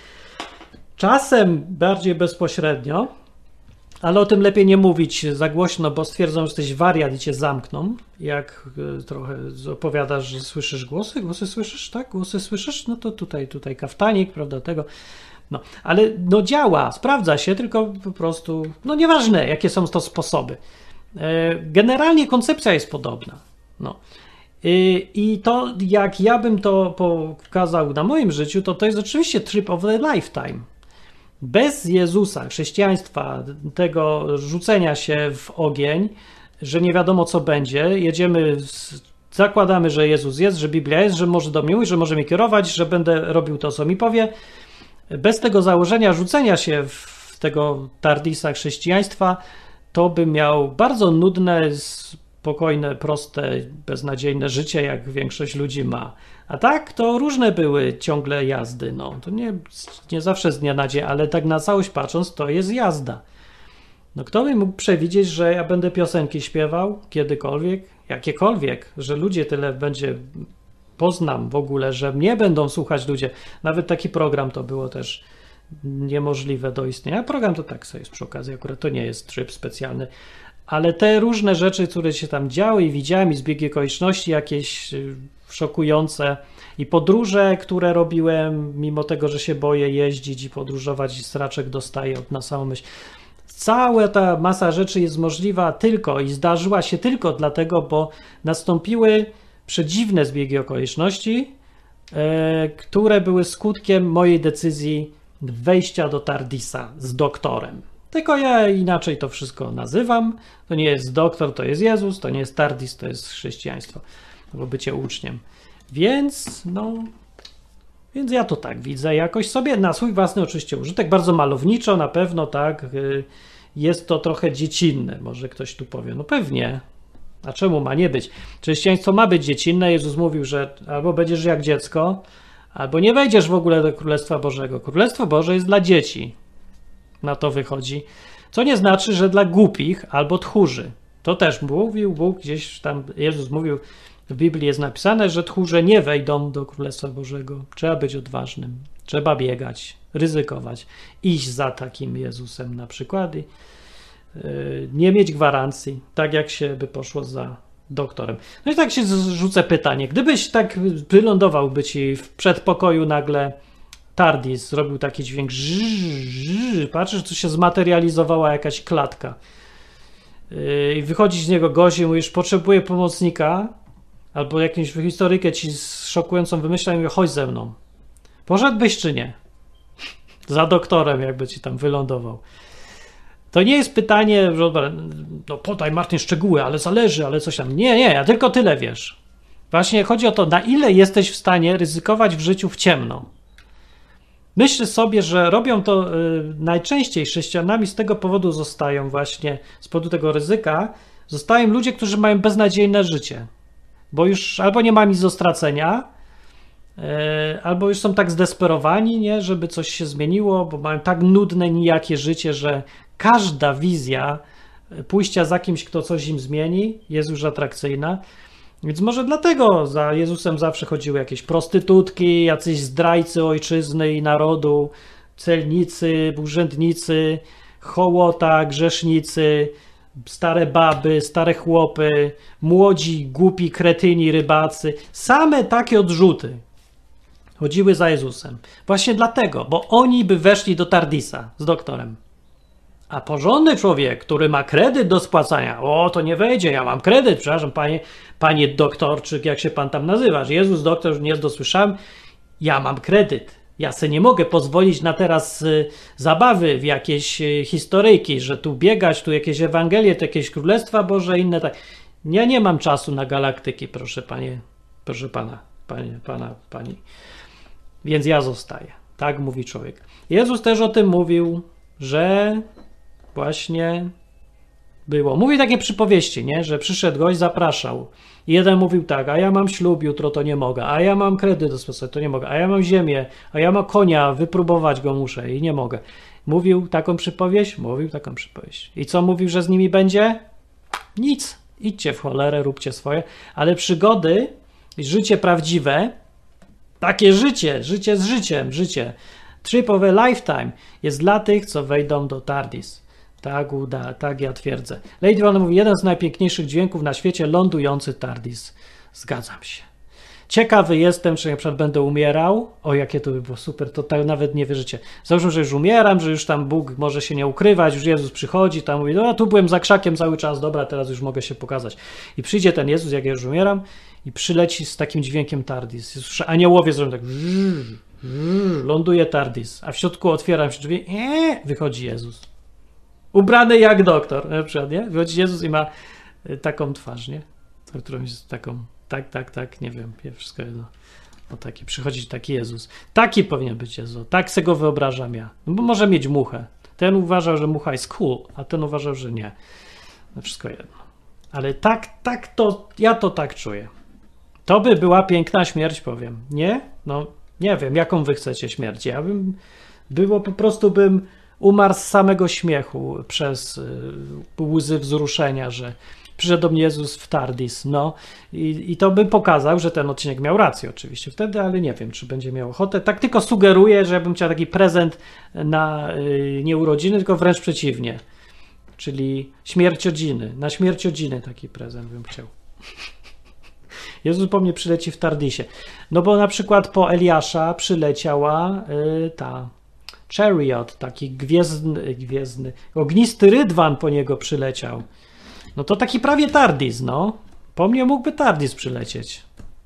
Speaker 1: Czasem bardziej bezpośrednio, ale o tym lepiej nie mówić za głośno, bo stwierdzą, że jesteś wariat i cię zamkną. Jak y, trochę opowiadasz, że słyszysz głosy, głosy słyszysz, tak? Głosy słyszysz? No to tutaj, tutaj kaftanik, prawda, tego. No, ale no działa, sprawdza się, tylko po prostu, no nieważne, jakie są to sposoby. Y, generalnie koncepcja jest podobna. No. Y, I to, jak ja bym to pokazał na moim życiu, to to jest oczywiście trip of the lifetime. Bez Jezusa, chrześcijaństwa, tego rzucenia się w ogień, że nie wiadomo co będzie, jedziemy, z, zakładamy, że Jezus jest, że Biblia jest, że może do mnie mówić, że może mnie kierować, że będę robił to, co mi powie. Bez tego założenia rzucenia się w tego Tardisa chrześcijaństwa, to by miał bardzo nudne, spokojne, proste, beznadziejne życie, jak większość ludzi ma. A tak, to różne były ciągle jazdy. No, to nie, nie zawsze z dnia na dzień, ale tak na całość patrząc, to jest jazda. No kto by mógł przewidzieć, że ja będę piosenki śpiewał kiedykolwiek, jakiekolwiek, że ludzie tyle będzie, poznam w ogóle, że mnie będą słuchać ludzie. Nawet taki program to było też niemożliwe do istnienia. Program to tak sobie jest przy okazji, akurat to nie jest tryb specjalny. Ale te różne rzeczy, które się tam działy i widziałem i zbiegi okoliczności jakieś szokujące i podróże, które robiłem, mimo tego, że się boję jeździć i podróżować i straczek dostaję na samą myśl. Cała ta masa rzeczy jest możliwa tylko i zdarzyła się tylko dlatego, bo nastąpiły przedziwne zbiegi okoliczności, e, które były skutkiem mojej decyzji wejścia do Tardisa z doktorem. Tylko ja inaczej to wszystko nazywam. To nie jest doktor, to jest Jezus, to nie jest Tardis, to jest chrześcijaństwo, bo bycie uczniem. Więc, no, więc ja to tak widzę jakoś sobie na swój własny oczywiście użytek, bardzo malowniczo na pewno, tak, jest to trochę dziecinne, może ktoś tu powie, no pewnie, a czemu ma nie być? Chrześcijaństwo ma być dziecinne, Jezus mówił, że albo będziesz jak dziecko, albo nie wejdziesz w ogóle do Królestwa Bożego. Królestwo Boże jest dla dzieci. Na to wychodzi. Co nie znaczy, że dla głupich albo tchórzy. To też mówił Bóg, gdzieś tam Jezus mówił, w Biblii jest napisane, że tchórze nie wejdą do Królestwa Bożego. Trzeba być odważnym, trzeba biegać, ryzykować, iść za takim Jezusem na przykład i yy, nie mieć gwarancji, tak jak się by poszło za doktorem. No i tak się rzucę pytanie, gdybyś tak wylądowałby ci w przedpokoju nagle Tardis, zrobił taki dźwięk, żrrr, patrzysz, tu się zmaterializowała jakaś klatka i wychodzi z niego gość i mówisz, potrzebuję pomocnika, albo jakąś historykę ci z szokującą wymyśla i mówi, chodź ze mną. Poszedłbyś czy nie? Za doktorem jakby ci tam wylądował. To nie jest pytanie, że no podaj Martin szczegóły, ale zależy, ale coś tam. Nie, nie, ja tylko tyle wiesz. Właśnie chodzi o to, na ile jesteś w stanie ryzykować w życiu w ciemno. Myślę sobie, że robią to y, najczęściej chrześcijanami, z tego powodu zostają właśnie, z powodu tego ryzyka, zostają ludzie, którzy mają beznadziejne życie. Bo już albo nie ma nic do stracenia, y, albo już są tak zdesperowani, nie, żeby coś się zmieniło, bo mają tak nudne, nijakie życie, że każda wizja pójścia za kimś, kto coś im zmieni, jest już atrakcyjna. Więc może dlatego za Jezusem zawsze chodziły jakieś prostytutki, jacyś zdrajcy ojczyzny i narodu, celnicy, urzędnicy, hołota, grzesznicy, stare baby, stare chłopy, młodzi, głupi, kretyni, rybacy. Same takie odrzuty chodziły za Jezusem. Właśnie dlatego, bo oni by weszli do Tardisa z doktorem. A porządny człowiek, który ma kredyt do spłacania, o, to nie wejdzie, ja mam kredyt, przepraszam, panie, panie doktorczyk, jak się pan tam nazywasz, Jezus doktor, już nie dosłyszałem, ja mam kredyt, ja se nie mogę pozwolić na teraz y, zabawy w jakieś y, historyjki, że tu biegać, tu jakieś Ewangelie, to jakieś Królestwa Boże, inne tak. Ja nie mam czasu na galaktyki, proszę panie, proszę pana, panie, pana, pani. Więc ja zostaję, tak mówi człowiek. Jezus też o tym mówił, że właśnie było. Mówi takie przypowieści, nie? Że przyszedł gość, zapraszał. I jeden mówił tak, a ja mam ślub jutro, to nie mogę, a ja mam kredyt do spłacić, to nie mogę, a ja mam ziemię, a ja mam konia, wypróbować go muszę i nie mogę. Mówił taką przypowieść? Mówił taką przypowieść. I co mówił, że z nimi będzie? Nic. Idźcie w cholerę, róbcie swoje. Ale przygody, życie prawdziwe, takie życie, życie z życiem, życie, trip of a lifetime jest dla tych, co wejdą do TARDIS. Tak uda, tak ja twierdzę. Lady Wanda mówi, jeden z najpiękniejszych dźwięków na świecie, lądujący TARDIS. Zgadzam się. Ciekawy jestem, czy na przykład będę umierał. O, jakie to by było super, to tak nawet nie wierzycie. Załóżmy, że już umieram, że już tam Bóg może się nie ukrywać, już Jezus przychodzi, tam mówi, no tu byłem za krzakiem cały czas, dobra, teraz już mogę się pokazać. I przyjdzie ten Jezus, jak ja już umieram, i przyleci z takim dźwiękiem TARDIS. Aniołowie zrobią tak, ląduje TARDIS, a w środku otwieram się drzwi, eee, wychodzi Jezus. Ubrany jak doktor, na przykład, nie? Wychodzi Jezus i ma taką twarz, nie? Którą jest taką, tak, tak, tak, nie wiem, wszystko jedno. No taki, przychodzi taki Jezus. Taki powinien być Jezus, tak se go wyobrażam ja. No bo może mieć muchę. Ten uważał, że mucha jest cool, a ten uważał, że nie. No wszystko jedno. Ale tak, tak to, ja to tak czuję. To by była piękna śmierć, powiem. Nie? No, nie wiem, jaką wy chcecie śmierć. Ja bym, było po prostu bym umarł z samego śmiechu przez y, łzy wzruszenia, że przyszedł do mnie Jezus w TARDIS, no i, i to by pokazał, że ten odcinek miał rację oczywiście wtedy, ale nie wiem, czy będzie miał ochotę. Tak tylko sugeruję, że ja bym chciał taki prezent na y, nie urodziny, tylko wręcz przeciwnie, czyli śmierciodziny, na śmierciodziny taki prezent bym chciał. Jezus po mnie przyleci w TARDISie, no bo na przykład po Eliasza przyleciała y, ta Chariot, taki gwiezdny, gwiezdny, ognisty rydwan po niego przyleciał. No to taki prawie TARDIS, no. Po mnie mógłby TARDIS przylecieć.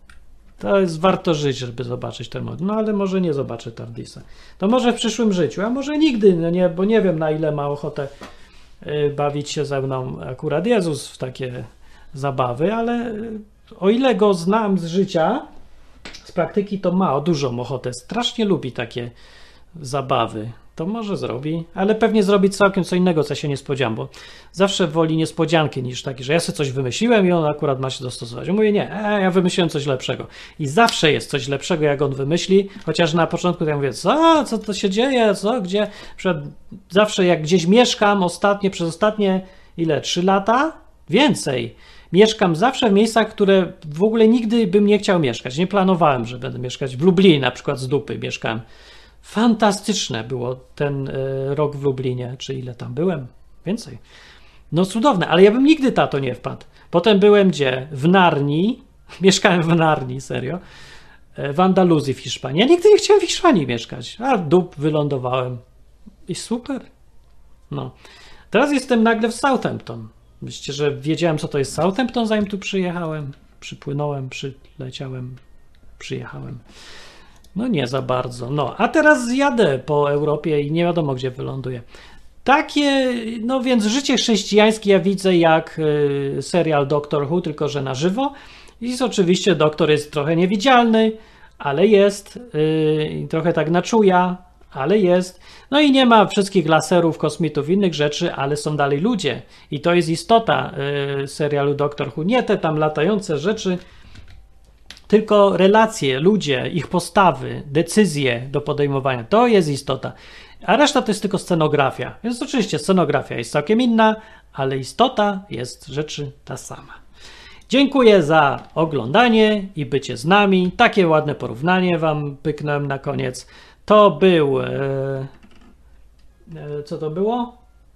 Speaker 1: To jest warto żyć, żeby zobaczyć ten mod. No ale może nie zobaczę TARDISa. To może w przyszłym życiu, a może nigdy, no nie, bo nie wiem, na ile ma ochotę y, bawić się ze mną akurat Jezus w takie zabawy, ale y, o ile go znam z życia, z praktyki, to ma dużą ochotę. Strasznie lubi takie zabawy. To może zrobi, ale pewnie zrobi całkiem co innego, co się nie spodziewam, bo zawsze woli niespodzianki niż taki, że ja sobie coś wymyśliłem i on akurat ma się dostosować. On mówi, nie, e, ja wymyśliłem coś lepszego. I zawsze jest coś lepszego, jak on wymyśli, chociaż na początku ja mówię, co, co to się dzieje, co, gdzie? Przed, zawsze jak gdzieś mieszkam ostatnie, przez ostatnie, ile, trzy lata? Więcej. Mieszkam zawsze w miejscach, które w ogóle nigdy bym nie chciał mieszkać. Nie planowałem, że będę mieszkać w Lublinie, na przykład z dupy mieszkałem. Fantastyczne było ten y, rok w Lublinie, czy ile tam byłem? Więcej. No cudowne, ale ja bym nigdy tato nie wpadł. Potem byłem gdzie? W Narni. Mieszkałem w Narni, serio. W Andaluzji w Hiszpanii. Ja nigdy nie chciałem w Hiszpanii mieszkać. A dup, wylądowałem. I super. No. Teraz jestem nagle w Southampton. Myślicie, że wiedziałem, co to jest Southampton, zanim tu przyjechałem? Przypłynąłem, przyleciałem, przyjechałem. No nie za bardzo. No, a teraz zjadę po Europie i nie wiadomo, gdzie wyląduję. Takie, no więc życie chrześcijańskie ja widzę jak y, serial Doctor Who, tylko że na żywo. I jest, oczywiście doktor jest trochę niewidzialny, ale jest. Y, trochę tak na czuja, ale jest. No i nie ma wszystkich laserów, kosmitów, innych rzeczy, ale są dalej ludzie. I to jest istota y, serialu Doctor Who. Nie te tam latające rzeczy, tylko relacje, ludzie, ich postawy, decyzje do podejmowania. To jest istota. A reszta to jest tylko scenografia. Więc oczywiście scenografia jest całkiem inna, ale istota jest rzeczy ta sama. Dziękuję za oglądanie i bycie z nami. Takie ładne porównanie wam pyknąłem na koniec. To był... E, e, co to było?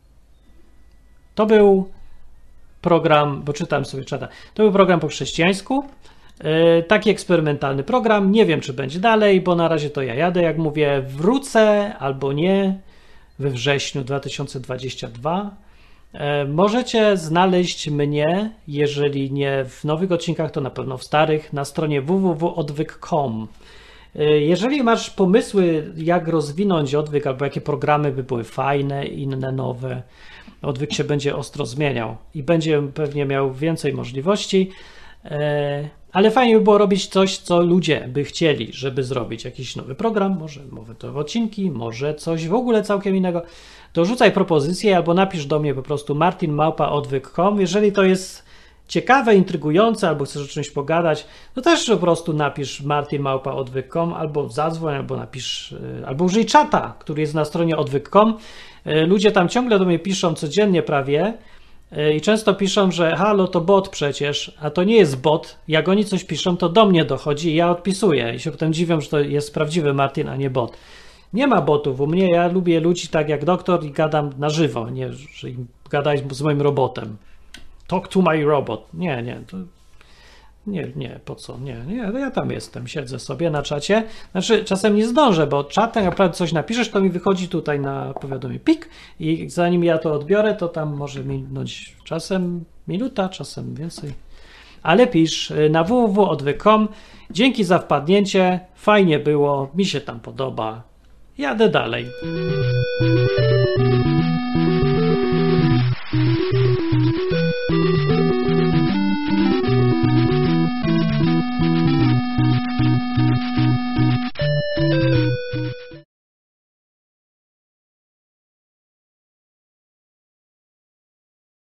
Speaker 1: To był program, bo czytam sobie czata. To był program po chrześcijańsku. E, taki eksperymentalny program. Nie wiem, czy będzie dalej, bo na razie to ja jadę. Jak mówię, wrócę albo nie we wrześniu dwa tysiące dwudziestym drugim. E, możecie znaleźć mnie, jeżeli nie w nowych odcinkach, to na pewno w starych, na stronie w w w kropka odwyk kropka com. Jeżeli masz pomysły, jak rozwinąć odwyk, albo jakie programy by były fajne, inne, nowe, odwyk się będzie ostro zmieniał i będzie pewnie miał więcej możliwości, E, ale fajnie by było robić coś, co ludzie by chcieli, żeby zrobić. Jakiś nowy program, może nowe to odcinki, może coś w ogóle całkiem innego. To rzucaj propozycję albo napisz do mnie po prostu martin małpa odwyk kropka com. Jeżeli to jest ciekawe, intrygujące, albo chcesz o czymś pogadać, to też po prostu napisz martin małpa odwyk kropka com, albo zadzwoń, albo napisz, albo użyj czata, który jest na stronie odwyk kropka com. Ludzie tam ciągle do mnie piszą codziennie prawie i często piszą, że halo, to bot przecież, a to nie jest bot. Jak oni coś piszą, to do mnie dochodzi i ja odpisuję i się potem dziwią, że to jest prawdziwy Martin, a nie bot. Nie ma botów u mnie, ja lubię ludzi tak jak doktor i gadam na żywo, nie, że im gadać z moim robotem. Talk to my robot. Nie, nie, to nie, nie, po co? Nie, nie, ja tam jestem, siedzę sobie na czacie. Znaczy, czasem nie zdążę, bo czatem, jak naprawdę coś napiszesz, to mi wychodzi tutaj na powiadomienie pik i zanim ja to odbiorę, to tam może minąć czasem minuta, czasem więcej. Ale pisz na w w w kropka odwyk kropka com. Dzięki za wpadnięcie, fajnie było, mi się tam podoba. Jadę dalej.